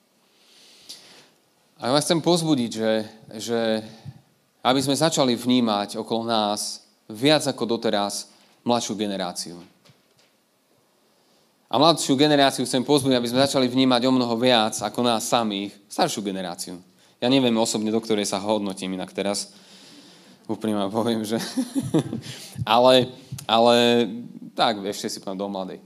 A ja vás chcem pozbudiť, že, že aby sme začali vnímať okolo nás viac ako doteraz mladšiu generáciu. A mladšiu generáciu chcem pozbudiť, aby sme začali vnímať o mnoho viac ako nás samých, staršiu generáciu. Ja neviem osobne, do ktorej sa hodnotím inak teraz. Úprimne poviem, že... ale, ale tak, ešte si poviem do mladej.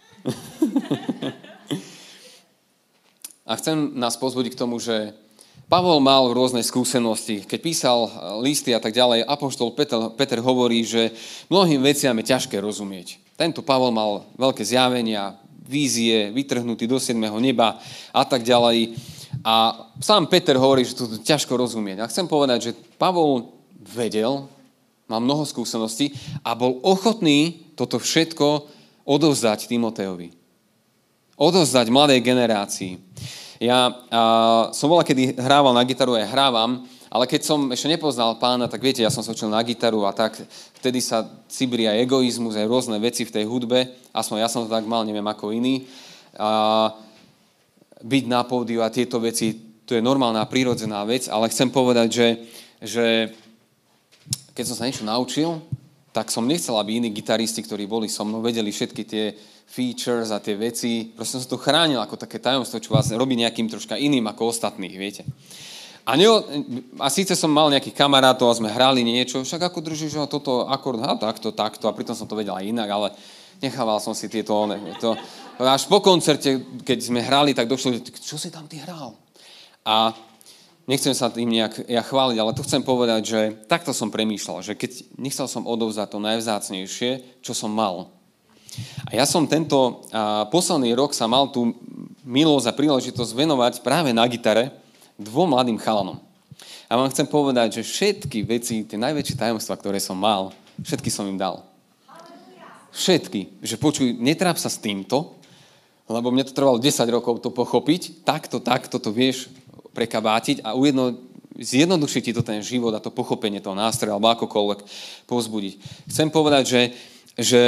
A chcem nás pozbudiť k tomu, že Pavol mal rôzne skúsenosti. Keď písal listy a tak ďalej, apoštol Peter, Peter hovorí, že mnohým veciam je ťažké rozumieť. tento Pavol mal veľké zjavenia, vízie, vytrhnutý do siedmeho neba a tak ďalej. A sám Peter hovorí, že to ťažko rozumieť. A chcem povedať, že Pavol vedel, mal mnoho skúseností a bol ochotný toto všetko odovzdať Timotejovi. Odovzdať mladej generácii. Ja a, som bola, kedy hrával na gitaru, aj hrávam, ale keď som ešte nepoznal Pána, tak viete, ja som sa učil na gitaru a tak vtedy sa cibrí aj egoizmus, aj rôzne veci v tej hudbe, aspoň ja som to tak mal, neviem ako iný. A byť na pódiu a tieto veci, to je normálna, prírodzená vec, ale chcem povedať, že, že keď som sa niečo naučil, tak som nechcel, aby iní gitaristi, ktorí boli so mnou, vedeli všetky tie features a tie veci. Proste som to chránil ako také tajomstvo, čo vás robí nejakým troška iným ako ostatných, viete. A, ne, a síce som mal nejakých kamarátov a sme hrali niečo, však ako držíš toto akord, a takto, takto, a pritom som to vedel aj inak, ale nechával som si tieto, to, až po koncerte, keď sme hrali, tak došlo, čo si tam ty hral? A nechcem sa tým nejak ja chváliť, ale tu chcem povedať, že takto som premýšľal, že keď nechcel som odovzdať to najvzácnejšie, čo som mal. A ja som tento a, posledný rok sa mal tú milosť a príležitosť venovať práve na gitare dvom mladým chalanom. A vám chcem povedať, že všetky veci, tie najväčšie tajomstvá, ktoré som mal, všetky som im dal. Všetky. Že počuj, netráp sa s týmto, lebo mne to trvalo desať rokov to pochopiť, takto, takto to vieš prekabátiť a ujedno, zjednodušiť ti to ten život a to pochopenie toho nástroja alebo akokoľvek povzbudiť. Chcem povedať, že, že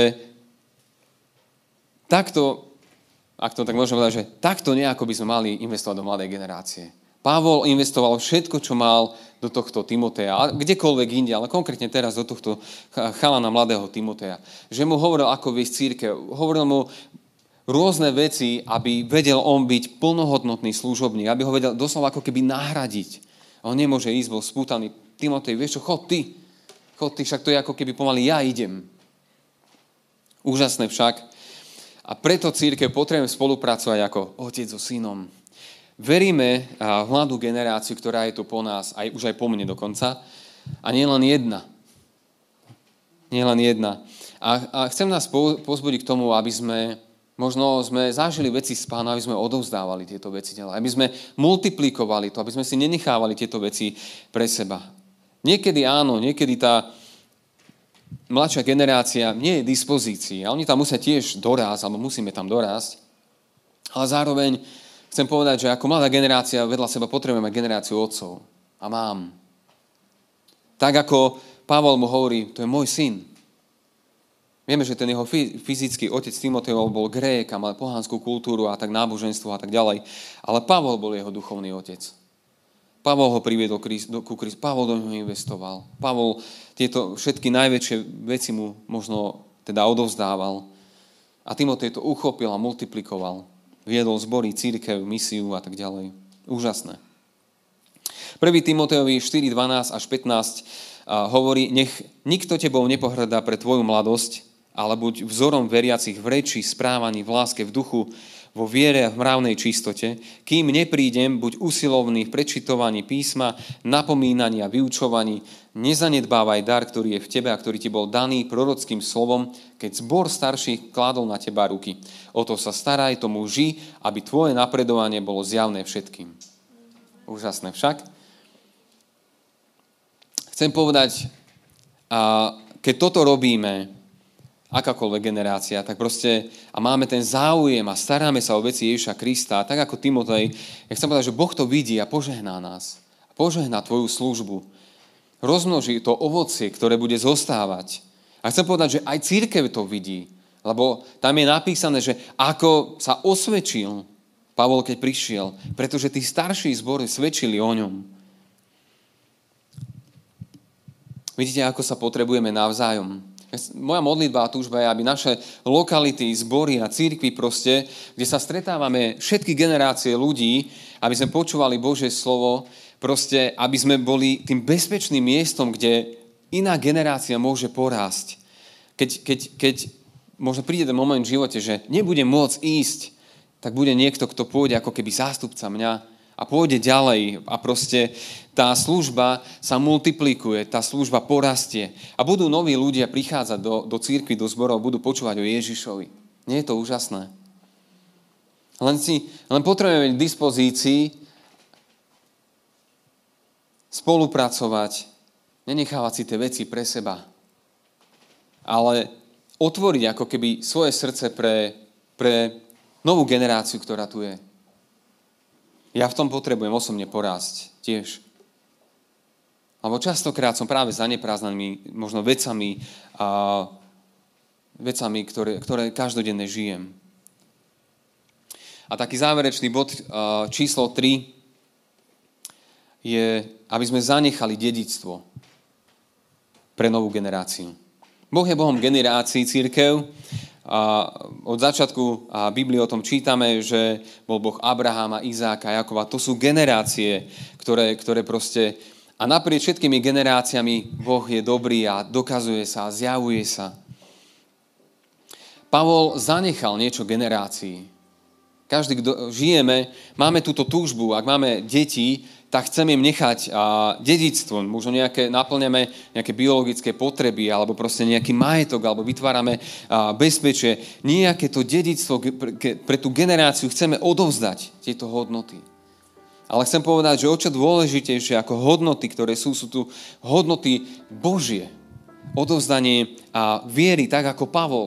takto, ak to tak môžem povedať, že takto nejako by sme mali investovať do mladej generácie. Pavol investoval všetko, čo mal do tohto Timoteja, a kdekoľvek inde, ale konkrétne teraz do tohto chalana mladého Timoteja. Že mu hovoril, ako viesť cirkev, hovoril mu rôzne veci, aby vedel on byť plnohodnotný služobník, aby ho vedel doslova ako keby nahradiť. On nemôže ísť, bol spútaný. Timotej, vieš čo, chod ty. Chod ty, však to je ako keby pomaly ja idem. Úžasné však. A preto cirkev potrebujeme spolupracovať ako otec so synom. Veríme v mladú generáciu, ktorá je tu po nás, aj, už aj po mne dokonca. A nie len jedna. Nie len jedna. A, a chcem nás pozbudiť k tomu, aby sme, možno sme zažili veci s Pánom, aby sme odovzdávali tieto veci ďalej. Aby sme multiplikovali to, aby sme si nenechávali tieto veci pre seba. Niekedy áno, niekedy tá mladšia generácia nie je dispozícii. A oni tam musia tiež dorásť, alebo musíme tam dorásť. Ale zároveň chcem povedať, že ako mladá generácia vedľa seba potrebujeme mať generáciu otcov. A mám. Tak ako Pavol mu hovorí, to je môj syn. Vieme, že ten jeho fyzický otec Timotejov bol Grék a mal pohanskú kultúru a tak náboženstvo a tak ďalej. Ale Pavol bol jeho duchovný otec. Pavol ho priviedol ku Kristu. Pavol do neho investoval. Pavol tieto všetky najväčšie veci mu možno teda odovzdával. A Timotej to uchopil a multiplikoval. Viedol zbory, cirkev, misiu a tak ďalej. Úžasné. prvý Timotejovi štyri dvanásť až pätnásť hovorí, nech nikto tebou nepohrdá pre tvoju mladosť, ale buď vzorom veriacich v reči, správaní, v láske, v duchu, vo viere a v mravnej čistote, kým neprídem, buď usilovný v prečítovaní písma, napomínaní a vyučovaní, nezanedbávaj dar, ktorý je v tebe a ktorý ti bol daný prorockým slovom, keď zbor starších kládol na teba ruky. O to sa staraj, tomu ži, aby tvoje napredovanie bolo zjavné všetkým. Úžasné však. Chcem povedať, a keď toto robíme, akákoľvek generácia, tak proste a máme ten záujem a staráme sa o veci Ježiša Krista, tak ako Timotej, ja chcem povedať, že Boh to vidí a požehná nás. Požehná tvoju službu. Rozmnoží to ovocie, ktoré bude zostávať. A chcem povedať, že aj cirkev to vidí, lebo tam je napísané, že ako sa osvedčil Pavol, keď prišiel, pretože tí starší zbory svedčili o ňom. Vidíte, ako sa potrebujeme navzájom. Moja modlitba a túžba je, aby naše lokality, zbory a cirkvi proste, kde sa stretávame všetky generácie ľudí, aby sme počúvali Božie slovo, proste, aby sme boli tým bezpečným miestom, kde iná generácia môže porásť. Keď, keď, keď možno príde ten moment v živote, že nebudem môcť ísť, tak bude niekto, kto pôjde ako keby zástupca mňa a pôjde ďalej a proste tá služba sa multiplikuje, tá služba porastie a budú noví ľudia prichádzať do, do cirkvi, do zborov, budú počúvať o Ježišovi. Nie je to úžasné? Len, si, len potrebujeme byť v dispozícii spolupracovať, nenechávať si tie veci pre seba, ale otvoriť ako keby svoje srdce pre, pre novú generáciu, ktorá tu je. Ja v tom potrebujem osobne porásť tiež. Lebo častokrát som práve zaneprázdnený možno vecami, a vecami, ktoré, ktoré každodenne žijem. A taký záverečný bod číslo tri je, aby sme zanechali dedičstvo pre novú generáciu. Boh je Bohom generácií, cirkev. A od začiatku Biblie o tom čítame, že bol Boh Abraháma, Izáka, Jakova. To sú generácie, ktoré, ktoré proste... A naprieč všetkými generáciami Boh je dobrý a dokazuje sa, zjavuje sa. Pavol zanechal niečo generácií. Každý, kto žijeme, máme túto túžbu. Ak máme deti, tak chceme im nechať dedičstvo. Možno nejaké, naplňame nejaké biologické potreby, alebo proste nejaký majetok, alebo vytvárame bezpečie. Nejaké to dedičstvo pre tú generáciu chceme odovzdať, tieto hodnoty. Ale chcem povedať, že o čo dôležitejšie ako hodnoty, ktoré sú, sú tu hodnoty Božie. Odovzdanie a viery, tak ako Pavol.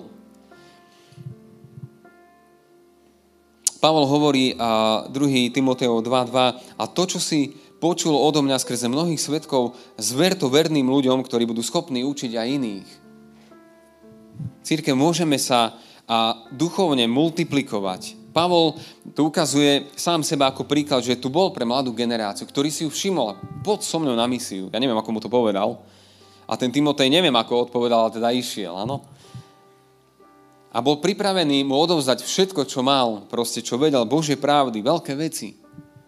Pavol hovorí a druhý Timotejov dva dva a to, čo si počul odo mňa skrze mnohých svedkov, zver to verným ľuďom, ktorí budú schopní učiť aj iných. Cirkev, môžeme sa a duchovne multiplikovať. Pavol tu ukazuje sám seba ako príklad, že tu bol pre mladú generáciu, ktorý si ju všimol, poď so mnou na misiu. Ja neviem, ako mu to povedal. A ten Timotej neviem, ako odpovedal, ale teda išiel, áno. A bol pripravený mu odovzdať všetko, čo mal, proste, čo vedel, Božie pravdy, veľké veci.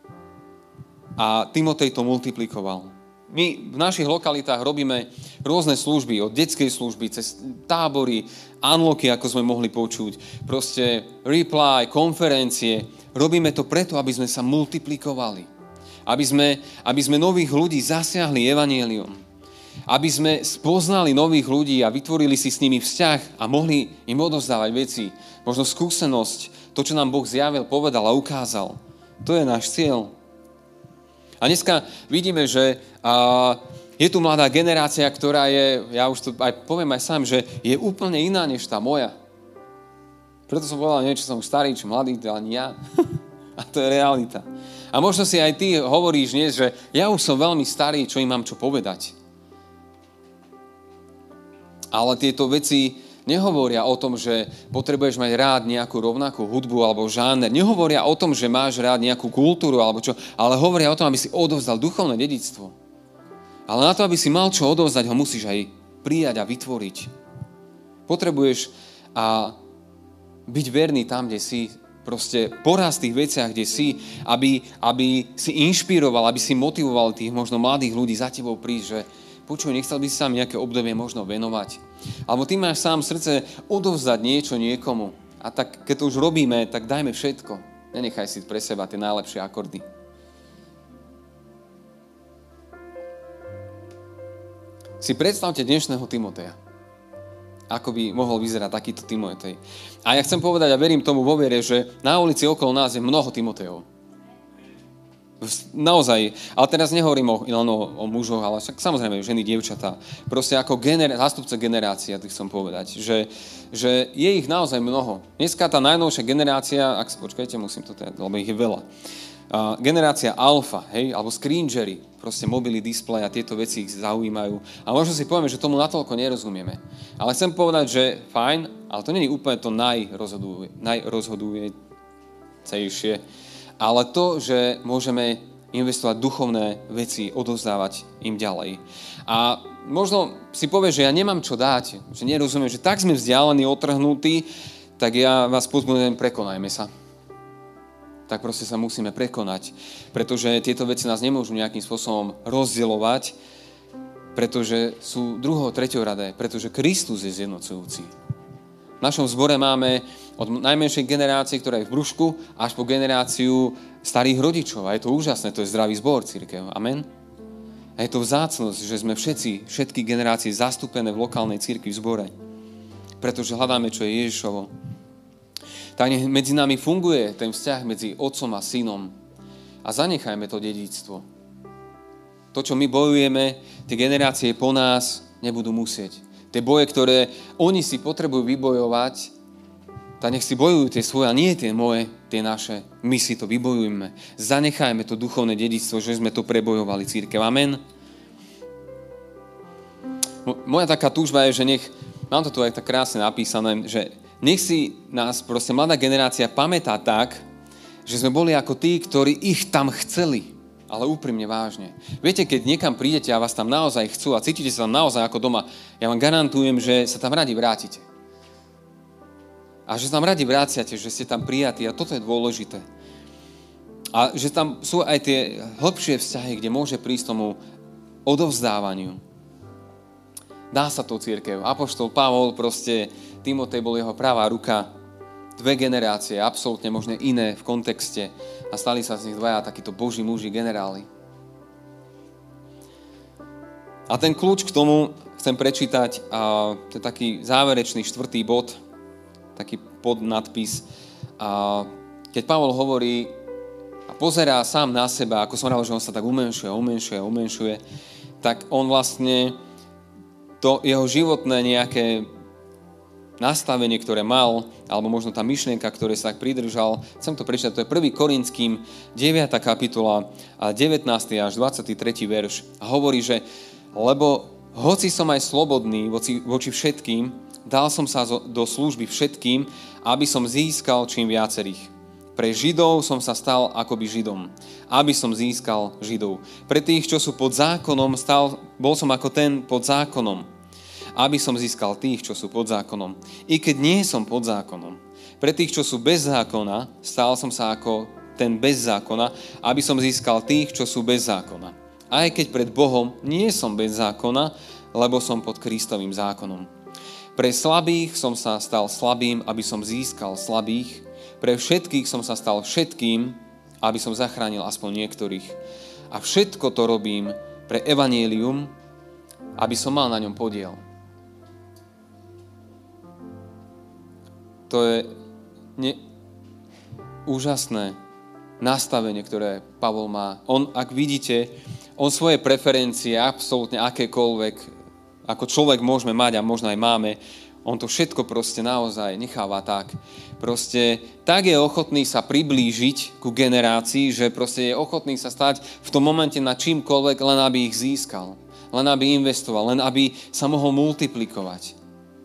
A Timotej to multiplikoval. My v našich lokalitách robíme rôzne služby, od detskej služby, cez tábory, unlocky, ako sme mohli počuť, proste reply, konferencie. Robíme to preto, aby sme sa multiplikovali. Aby sme, aby sme nových ľudí zasiahli evanjeliom. Aby sme spoznali nových ľudí a vytvorili si s nimi vzťah a mohli im odovzdávať veci. Možno skúsenosť, to, čo nám Boh zjavil, povedal a ukázal. To je náš cieľ. A dneska vidíme, že a, je tu mladá generácia, ktorá je, ja už to aj poviem aj sám, že je úplne iná než tá moja. Preto som povedal, neviem, či som starý, či mladý, ale nie ja. A to je realita. A možno si aj ty hovoríš dnes, že ja už som veľmi starý, čo im mám čo povedať. Ale tieto veci nehovoria o tom, že potrebuješ mať rád nejakú rovnakú hudbu alebo žáner. Nehovoria o tom, že máš rád nejakú kultúru alebo čo, ale hovoria o tom, aby si odovzdal duchovné dedičstvo. Ale na to, aby si mal čo odovzdať, ho musíš aj prijať a vytvoriť. Potrebuješ a byť verný tam, kde si, proste poraz v tých veciach, kde si, aby, aby si inšpiroval, aby si motivoval tých možno mladých ľudí za tebou prísť, že počuj, nechcel by si sa nejaké obdobie možno venovať. Alebo ty máš sám srdce odovzdať niečo niekomu. A tak, keď to už robíme, tak dajme všetko. Nenechaj si pre seba tie najlepšie akordy. Si predstavte dnešného Timoteja. Ako by mohol vyzerať takýto Timotej. A ja chcem povedať a verím tomu vo viere, že na ulici okolo nás je mnoho Timotejov. Naozaj, ale teraz nehovorím o, len o, o mužoch, ale však samozrejme ženy, dievčatá. Proste ako gener, zástupca generácie, ja chcem povedať, že, že je ich naozaj mnoho. Dneska tá najnovšia generácia, ak počkajte, musím to teda, lebo ich je veľa. Uh, generácia alfa, hej, alebo screengery, proste mobily, display a tieto veci ich zaujímajú. A možno si povieme, že tomu natoľko nerozumieme. Ale chcem povedať, že fajn, ale to nie je úplne to najrozhoduje, najrozhodujúcejšie. Ale to, že môžeme investovať duchovné veci, odovzdávať im ďalej. A možno si povieš, že ja nemám čo dať, že nerozumiem, že tak sme vzdialení, otrhnutí, tak ja vás pozbudujem, prekonajme sa. Tak proste sa musíme prekonať, pretože tieto veci nás nemôžu nejakým spôsobom rozdielovať, pretože sú druho, treťoradé, pretože Kristus je zjednocujúci. V našom zbore máme od najmenšej generácie, ktorá je v brúšku, až po generáciu starých rodičov. A je to úžasné, to je zdravý zbor, cirkev. Amen. A je to vzácnosť, že sme všetci, všetky generácie zastúpené v lokálnej cirkvi v zbore. Pretože hľadáme, čo je Ježišovo. Tak nech medzi nami funguje ten vzťah medzi otcom a synom. A zanechajme to dedičstvo. To, čo my bojujeme, tie generácie po nás nebudú musieť. Tie boje, ktoré oni si potrebujú vybojovať, tak nech si bojujú tie svoje, a nie tie moje, tie naše. My si to vybojujme. Zanechajme to duchovné dedičstvo, že sme to prebojovali, cirkev. Amen. Moja taká túžba je, že nech, mám to tu aj tak krásne napísané, že nech si nás proste mladá generácia pamätá tak, že sme boli ako tí, ktorí ich tam chceli. Ale úprimne vážne. Viete, keď niekam prídete a vás tam naozaj chcú a cítite sa tam naozaj ako doma, ja vám garantujem, že sa tam radi vrátite. A že sa tam radi vráciate, že ste tam prijatí a toto je dôležité. A že tam sú aj tie hlbšie vzťahy, kde môže prísť tomu odovzdávaniu. Dá sa to, cirkev. Apoštol Pavol, proste Timotej bol jeho pravá ruka. Dve generácie, absolútne možno iné v kontexte. A stali sa z nich dvaja takíto boží muži, generáli. A ten kľúč k tomu chcem prečítať, a to je taký záverečný štvrtý bod, taký podnadpis. A keď Pavol hovorí a pozerá sám na seba, ako som hovoril, že on sa tak umenšuje, umenšuje, umenšuje, tak on vlastne to jeho životné nejaké nastavenie, ktoré mal, alebo možno tá myšlienka, ktoré sa tak pridržal. Chcem to prečítať, to je prvý Korinským deviata kapitola, devätnásty až dvadsiaty tretí verš. A hovorí, že lebo hoci som aj slobodný voči, voči všetkým, dal som sa do služby všetkým, aby som získal čím viacerých. Pre Židov som sa stal akoby Židom, aby som získal Židov. Pre tých, čo sú pod zákonom, stal, bol som ako ten pod zákonom, aby som získal tých, čo sú pod zákonom. I keď nie som pod zákonom. Pre tých, čo sú bez zákona, stal som sa ako ten bez zákona, aby som získal tých, čo sú bez zákona. Aj keď pred Bohom nie som bez zákona, lebo som pod Kristovým zákonom. Pre slabých som sa stal slabým, aby som získal slabých. Pre všetkých som sa stal všetkým, aby som zachránil aspoň niektorých. A všetko to robím pre evanjelium, aby som mal na ňom podiel. To je ne... úžasné nastavenie, ktoré Pavol má. On, ak vidíte, on svoje preferencie, absolútne akékoľvek, ako človek môžeme mať a možno aj máme, on to všetko proste naozaj necháva tak. Proste tak je ochotný sa priblížiť ku generácii, že proste je ochotný sa stať v tom momente na čímkoľvek, len aby ich získal. Len aby investoval, len aby sa mohol multiplikovať.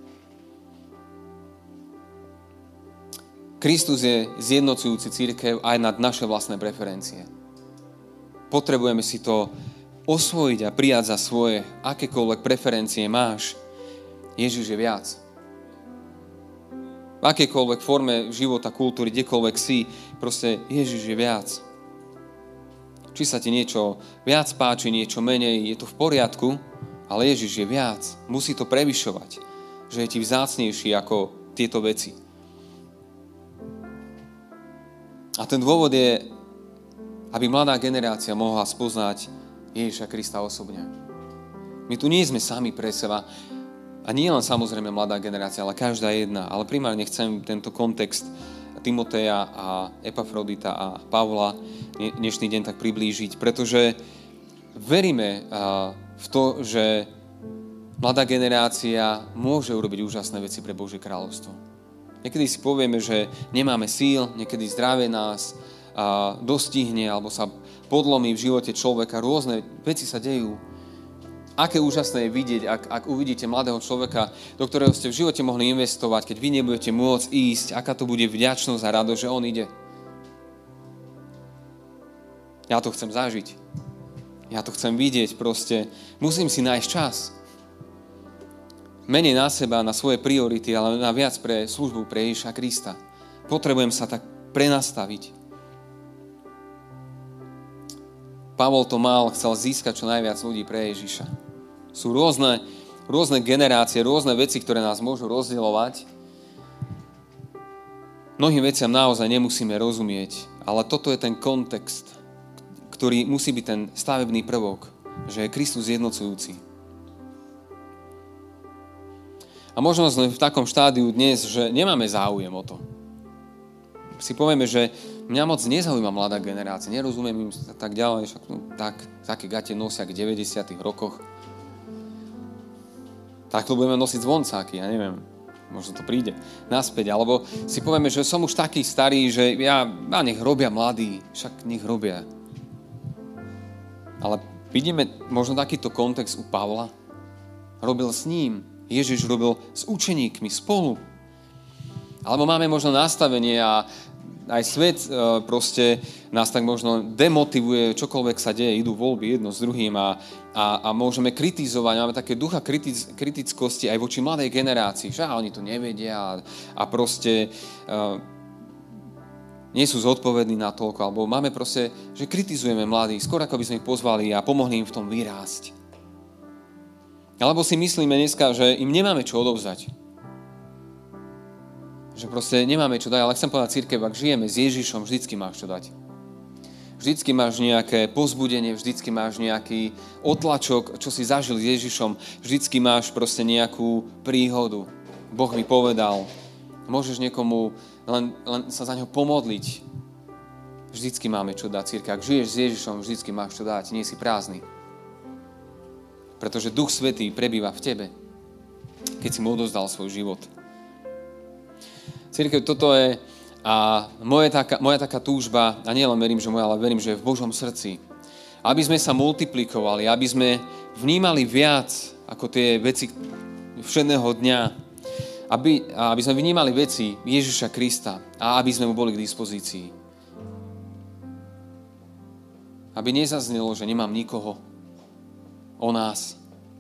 Kristus je zjednocujúci cirkev aj nad naše vlastné preferencie. Potrebujeme si to osvojiť a prijať za svoje, akékoľvek preferencie máš. Ježiš je viac. V akékoľvek forme života, kultúry, kdekoľvek si, proste Ježiš je viac. Či sa ti niečo viac páči, niečo menej, je to v poriadku, ale Ježiš je viac. Musí to prevyšovať, že je ti vzácnejší ako tieto veci. A ten dôvod je, aby mladá generácia mohla spoznať Ježiša Krista osobne. My tu nie sme sami pre seba. A nie len samozrejme mladá generácia, ale každá jedna. Ale primárne chcem tento kontext Timoteja a Epafrodita a Pavla dnešný deň tak priblížiť, pretože veríme v to, že mladá generácia môže urobiť úžasné veci pre Božie kráľovstvo. Niekedy si povieme, že nemáme síl, niekedy zdravie nás a dostihne alebo sa podlomí v živote človeka. Rôzne veci sa dejú. Aké úžasné je vidieť, ak, ak uvidíte mladého človeka, do ktorého ste v živote mohli investovať, keď vy nebudete môcť ísť, aká to bude vďačnosť a radosť, že on ide. Ja to chcem zažiť. Ja to chcem vidieť proste. Musím si nájsť čas. Menej na seba, na svoje priority, ale na viac pre službu pre Ježiša Krista. Potrebujem sa tak prenastaviť. Pavol to mal, chcel získať čo najviac ľudí pre Ježiša. Sú rôzne, rôzne generácie, rôzne veci, ktoré nás môžu rozdielovať, Mnohým veciam naozaj nemusíme rozumieť, ale toto je ten kontext, ktorý musí byť ten stavebný prvok, že je Kristus jednocujúci. A možno sme v takom štádiu dnes, že nemáme záujem o to. Si povieme, že mňa moc nezaujíma mladá generácia, nerozumiem im tak ďalej, však no, tak, také gate nosia k deväťdesiatych rokoch. Tak to budeme nosiť zvoncáky, ja neviem. Možno to príde naspäť, alebo si povieme, že som už taký starý, že ja, ja nech robia mladí, však nech robia. Ale vidíme možno takýto kontext u Pavla. Robil s ním, Ježiš robil s učeníkmi spolu. Alebo máme možno nastavenie a aj svet e, proste nás tak možno demotivuje, čokoľvek sa deje, idú voľby jedno s druhým a, a, a môžeme kritizovať, máme také ducha kritic, kritickosti aj voči mladej generácii, že oni to nevedia a, a proste e, nie sú zodpovední na toľko, alebo máme proste, že kritizujeme mladých, skôr ako by sme ich pozvali a pomohli im v tom vyrásť. Alebo si myslíme dneska, že im nemáme čo odovzdať. Že proste nemáme čo dať, ale chcem povedať, cirkev, ak žijeme s Ježišom, vždycky máš čo dať. Vždycky máš nejaké povzbudenie, vždycky máš nejaký otlačok, čo si zažil s Ježišom, vždycky máš proste nejakú príhodu. Boh mi povedal, môžeš niekomu len, len sa za ňo pomodliť. Vždycky máme čo dať, cirkev. Ak žiješ s Ježišom, vždycky máš čo dať, nie si prázdny. Pretože Duch Svätý prebýva v tebe, keď si mu odozdal svoj život. Cirkev, toto je a moje taká, moja taká túžba, a nie len verím, že moja, ale verím, že je v Božom srdci. Aby sme sa multiplikovali, aby sme vnímali viac ako tie veci všedného dňa, aby, aby sme vnímali veci Ježiša Krista a aby sme mu boli k dispozícii. Aby nezaznelo, že nemám nikoho o nás,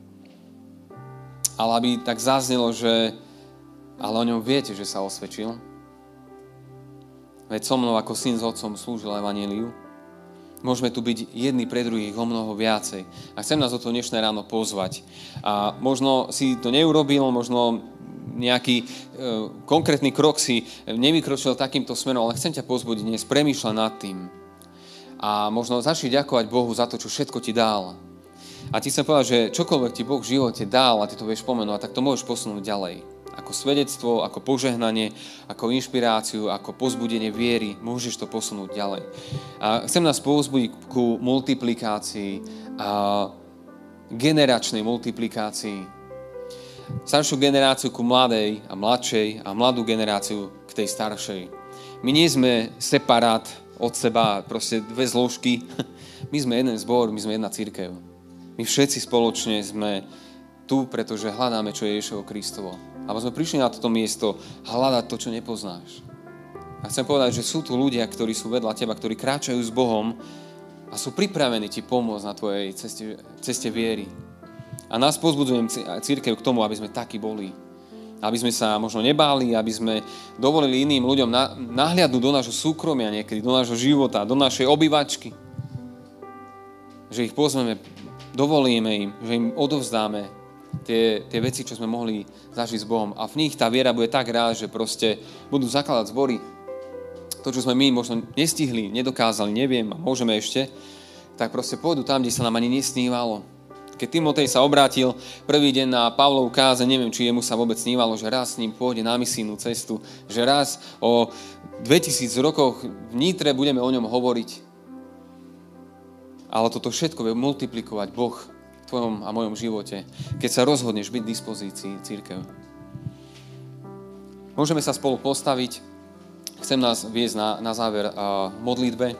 ale aby tak zaznelo, že ale o ňom viete, že sa osvedčil. Veď so mnou ako syn s otcom slúžil evanjeliu. Môžeme tu byť jedni pre druhých o mnoho viacej. A chcem nás o to dnešné ráno pozvať. A možno si to neurobil, možno nejaký e, konkrétny krok si nevykročil takýmto smerom, ale chcem ťa pozbudiť dnes, premýšľať nad tým. A možno začni ďakovať Bohu za to, čo všetko ti dal. A ti chcem povedať, že čokoľvek ti Boh v živote dal a ty to vieš spomenúť, tak to môžeš posunúť ďalej. Ako svedectvo, ako požehnanie, ako inšpiráciu, ako pozbudenie viery, môžeš to posunúť ďalej. A chcem nás povzbudiť ku multiplikácii, a generačnej multiplikácii. Staršiu generáciu ku mladej a mladšej a mladú generáciu k tej staršej. My nie sme separát od seba, proste dve zložky. My sme jeden zbor, my sme jedna cirkev. My všetci spoločne sme tu, pretože hľadáme, čo je Ježišovo Kristovo. Alebo sme prišli na toto miesto hľadať to, čo nepoznáš. A chcem povedať, že sú tu ľudia, ktorí sú vedľa teba, ktorí kráčajú s Bohom a sú pripravení ti pomôcť na tvojej ceste, ceste viery. A nás pozbudzujem cirkev k tomu, aby sme takí boli. Aby sme sa možno nebáli, aby sme dovolili iným ľuďom nahliadnúť do nášho súkromia niekedy, do nášho života, do našej obývačky. Že ich pozveme, dovolíme im, že im odovzdáme Tie, tie veci, čo sme mohli zažiť s Bohom. A v nich tá viera bude tak rád, že proste budú zakladať zbory. To, čo sme my možno nestihli, nedokázali, neviem, a môžeme ešte, tak proste pôjdu tam, kde sa nám ani nesnívalo. Keď Timotej sa obrátil prvý deň na Pavlov káze, neviem, či jemu sa vôbec snívalo, že raz s ním pôjde na misijnú cestu, že raz o dvetisíc rokoch v Nitre budeme o ňom hovoriť. Ale toto všetko vie multiplikovať Boh v tvojom a mojom živote, keď sa rozhodneš byť v dispozícii cirkev. Môžeme sa spolu postaviť. Chcem nás viesť na, na záver uh, modlitbe.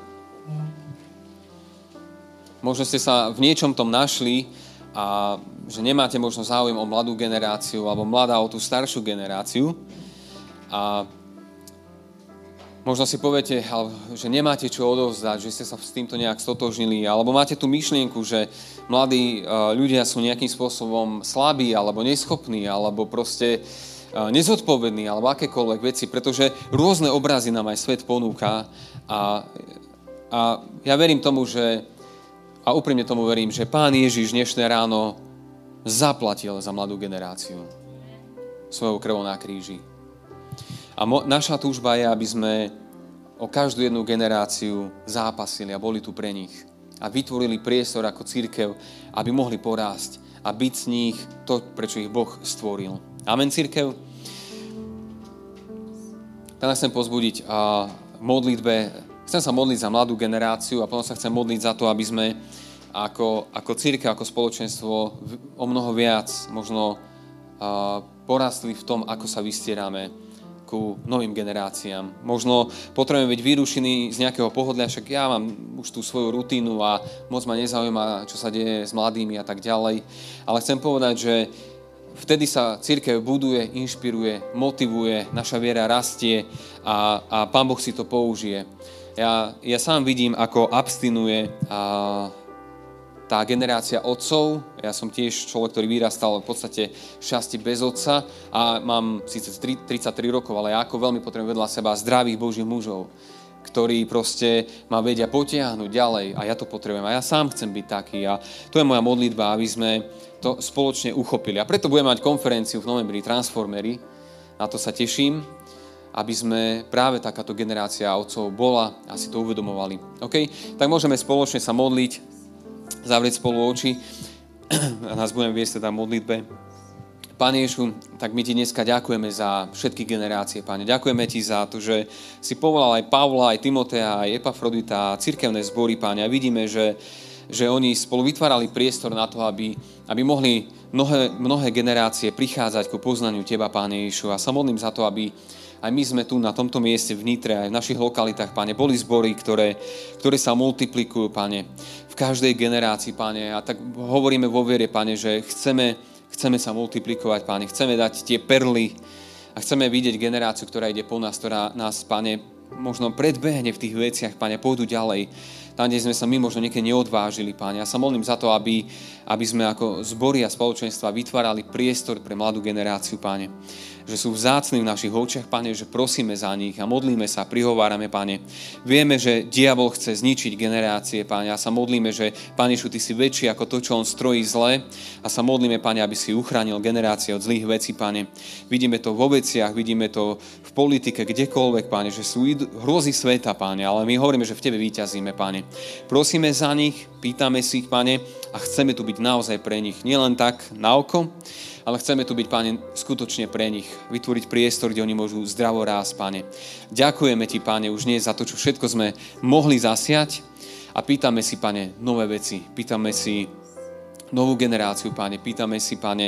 Možno ste sa v niečom tom našli a že nemáte možno záujem o mladú generáciu alebo mladá o tú staršiu generáciu. A možno si poviete, že nemáte čo odovzdať, že ste sa s týmto nejak stotožnili, alebo máte tú myšlienku, že mladí ľudia sú nejakým spôsobom slabí, alebo neschopní, alebo proste nezodpovední, alebo akékoľvek veci, pretože rôzne obrazy nám aj svet ponúka a, a ja verím tomu, že a úprimne tomu verím, že Pán Ježiš dnešné ráno zaplatil za mladú generáciu svojou krvou na kríži. A mo- naša túžba je, aby sme o každú jednu generáciu zápasili a boli tu pre nich. A vytvorili priestor ako cirkev, aby mohli porásť a byť z nich to, prečo ich Boh stvoril. Amen, cirkev. Teraz chcem pozbudiť a v modlitbe, chcem sa modliť za mladú generáciu a potom sa chcem modliť za to, aby sme ako, ako cirkev, ako spoločenstvo o mnoho viac možno a, porastli v tom, ako sa vystierame ku novým generáciám. Možno potrebujeme byť vyrušení z nejakého pohodlia, však ja mám už tú svoju rutínu a moc ma nezaujíma, čo sa deje s mladými a tak ďalej. Ale chcem povedať, že vtedy sa cirkev buduje, inšpiruje, motivuje, naša viera rastie a, a Pán Boh si to použije. Ja, ja sám vidím, ako abstinuje a tá generácia otcov, ja som tiež človek, ktorý vyrastal v podstate šťastie bez otca a mám síce tridsaťtri rokov, ale ja ako veľmi potrebujem vedľa seba zdravých Božích mužov, ktorí proste ma vedia potiahnuť ďalej a ja to potrebujem a ja sám chcem byť taký a to je moja modlitba, aby sme to spoločne uchopili. A preto budeme mať konferenciu v novembri Transformery, na to sa teším, aby sme práve takáto generácia otcov bola a si to uvedomovali. OK? Tak môžeme spoločne sa modliť, zavrieť spolu oči a nás budeme viesť teda v modlitbe. Pane Ježišu, tak my ti dneska ďakujeme za všetky generácie, Pane. Ďakujeme ti za to, že si povolal aj Pavla, aj Timotea, aj Epafrodita, cirkevné zbory, Pane. A vidíme, že, že oni spolu vytvárali priestor na to, aby, aby mohli mnohé, mnohé generácie prichádzať ku poznaniu teba, Pane Ježišu. A sa modlím za to, aby aj my sme tu na tomto mieste v Nitre, aj v našich lokalitách, Pane, boli zbory, ktoré, ktoré sa multiplikujú, Pane, v každej generácii, Pane. A tak hovoríme vo viere, Pane, že chceme, chceme sa multiplikovať, Pane. Chceme dať tie perly a chceme vidieť generáciu, ktorá ide po nás, ktorá nás, Pane, možno predbehne v tých veciach, Pane, pôjdu ďalej. Tam, kde sme sa my možno niekedy neodvážili, Pane. Ja sa modlím za to, aby, aby sme ako zbory a spoločenstva vytvárali priestor pre mladú generáciu, Pane. Že sú vzácni v našich očiach, Pane, že prosíme za nich a modlíme sa, prihovárame, Pane. Vieme, že diabol chce zničiť generácie, Pane, a sa modlíme, že, Pane Ježišu, ty si väčší ako to, čo on strojí zle a sa modlíme, Pane, aby si uchránil generácie od zlých vecí, Pane. Vidíme to vo veciach, vidíme to v politike, kdekoľvek, Pane, že sú hrôzy sveta, Pane, ale my hovoríme, že v tebe víťazíme, Pane. Prosíme za nich, pýtame si ich, Pane, a chceme tu byť naozaj pre nich. Nielen tak na oko, ale chceme tu byť, Pane, skutočne pre nich. Vytvoriť priestor, kde oni môžu zdravo rásť, Pane. Ďakujeme ti, Pane, už nie za to, čo všetko sme mohli zasiať a pýtame si, Pane, nové veci. Pýtame si novú generáciu, Pane. Pýtame si, Pane,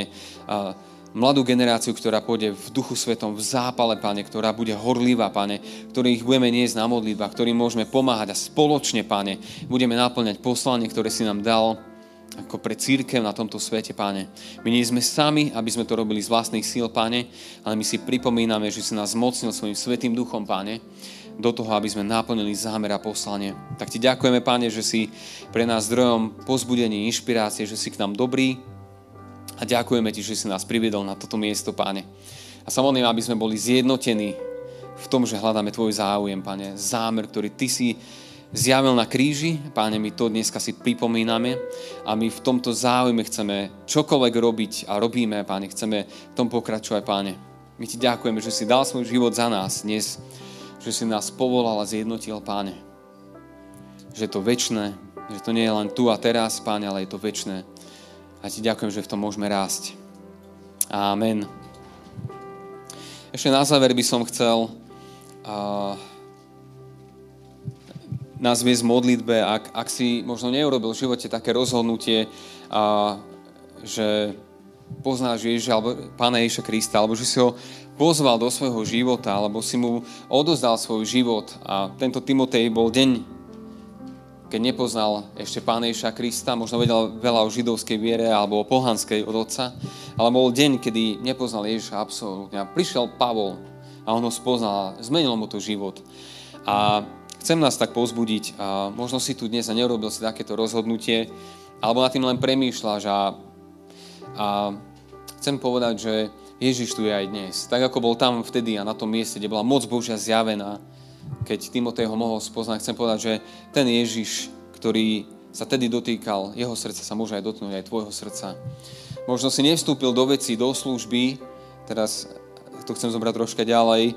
mladú generáciu, ktorá pôjde v Duchu Svetom, v zápale, Pane, ktorá bude horlivá, Pane, ktorých budeme niesť na modlitbách, ktorým môžeme pomáhať a spoločne, Pane, budeme naplňať poslanie, ktoré si nám dal ako pre cirkev na tomto svete, Pane. My nie sme sami, aby sme to robili z vlastných síl, Pane, ale my si pripomíname, že si nás zmocnil svojím svätým duchom, Pane, do toho, aby sme naplnili zámer a poslanie. Tak ti ďakujeme, Pane, že si pre nás zdrojom pozbudenia, inšpirácie, že si k nám dobrý a ďakujeme ti, že si nás priviedol na toto miesto, Pane. A sa modlím, aby sme boli zjednotení v tom, že hľadáme tvoj záujem, Pane, zámer, ktorý ty si zjavil na kríži, Páne, my to dneska si pripomíname a my v tomto záujme chceme čokoľvek robiť a robíme, Páne, chceme v tom pokračovať, Páne. My ti ďakujeme, že si dal svoj život za nás dnes, že si nás povolal a zjednotil, Páne. Že je to večné, že to nie je len tu a teraz, Páne, ale je to večné. A ti ďakujem, že v tom môžeme rásť. Amen. Ešte na záver by som chcel uh, nás viesť v modlitbe, ak, ak si možno neurobil v živote také rozhodnutie, a, že poznáš Ježiša, alebo Pána Ježiša Krista, alebo že si ho pozval do svojho života, alebo si mu odozdal svoj život. A tento Timotej bol deň, keď nepoznal ešte Pána Ježiša Krista, možno vedel veľa o židovskej viere alebo o pohanskej od otca, ale bol deň, kedy nepoznal Ježiša absolútne. A prišiel Pavol a on ho spoznal a zmenil mu to život. A chcem nás tak povzbudiť, a možno si tu dnes a neurobil si takéto rozhodnutie, alebo nad tým len premýšľaš a, a chcem povedať, že Ježiš tu je aj dnes. Tak ako bol tam vtedy a na tom mieste, kde bola moc Božia zjavená, keď Timotej ho mohol spoznať, chcem povedať, že ten Ježiš, ktorý sa tedy dotýkal, jeho srdca sa môže aj dotknúť aj tvojho srdca. Možno si nevstúpil do vecí, do služby, teraz to chcem zobrať troška ďalej,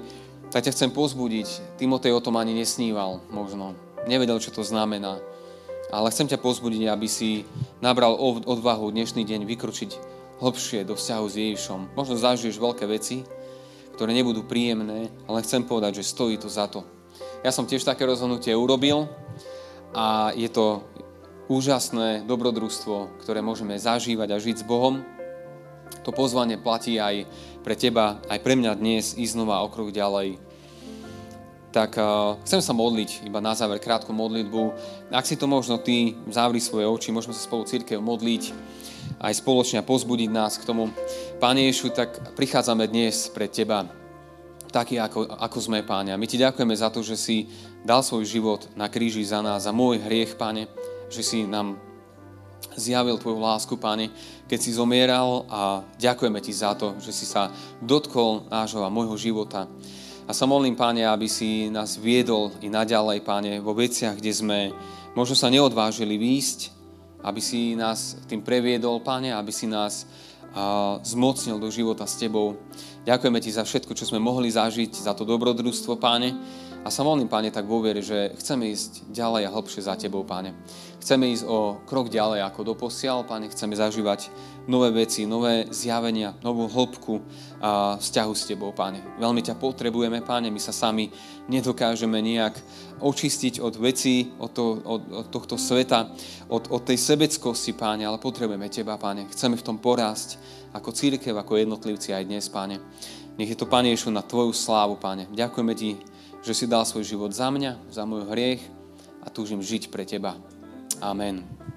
Tak ťa chcem pozbudiť. Timotej o tom ani nesníval možno. Nevedel, čo to znamená. Ale chcem ťa pozbudiť, aby si nabral odvahu dnešný deň vykročiť hlbšie do vzťahu s Ježišom. Možno zažiješ veľké veci, ktoré nebudú príjemné, ale chcem povedať, že stojí to za to. Ja som tiež také rozhodnutie urobil a je to úžasné dobrodružstvo, ktoré môžeme zažívať a žiť s Bohom. To pozvanie platí aj pre teba, aj pre mňa dnes ísť znova o krok ďalej. Tak uh, chcem sa modliť, iba na záver krátku modlitbu. Ak si to možno ty, zavri svoje oči, môžeme sa spolu cirkev modliť, aj spoločne a pozbudiť nás k tomu. Pane Ježišu, tak prichádzame dnes pred teba, taký ako, ako sme, Páne. A my ti ďakujeme za to, že si dal svoj život na kríži za nás, za môj hriech, Pane, že si nám zjavil tvoju lásku, Pane, keď si zomieral, a ďakujeme ti za to, že si sa dotkol nášho a môjho života. A sa modlím, Páne, aby si nás viedol i naďalej, Páne, vo veciach, kde sme možno sa neodvážili výjsť, aby si nás tým previedol, Páne, aby si nás a, zmocnil do života s tebou. Ďakujeme ti za všetko, čo sme mohli zažiť, za to dobrodružstvo, Páne. A sa modlím, Páne, tak vo viere, že chceme ísť ďalej a hlbšie za tebou, Páne. Chceme ísť o krok ďalej ako doposiaľ, Páne. Chceme zažívať nové veci, nové zjavenia, novú hĺbku a vzťahu s tebou, Páne. Veľmi ťa potrebujeme, Páne. My sa sami nedokážeme nejak očistiť od vecí, od, to, od, od tohto sveta, od, od tej sebeckosti, Páne, ale potrebujeme teba, Páne. Chceme v tom porásť ako cirkev, ako jednotlivci aj dnes, Páne. Nech je to, Pane Ježišu, na tvoju slávu, Páne. Ďakujeme ti, že si dal svoj život za mňa, za môj hriech, a túžim žiť pre teba. Amen.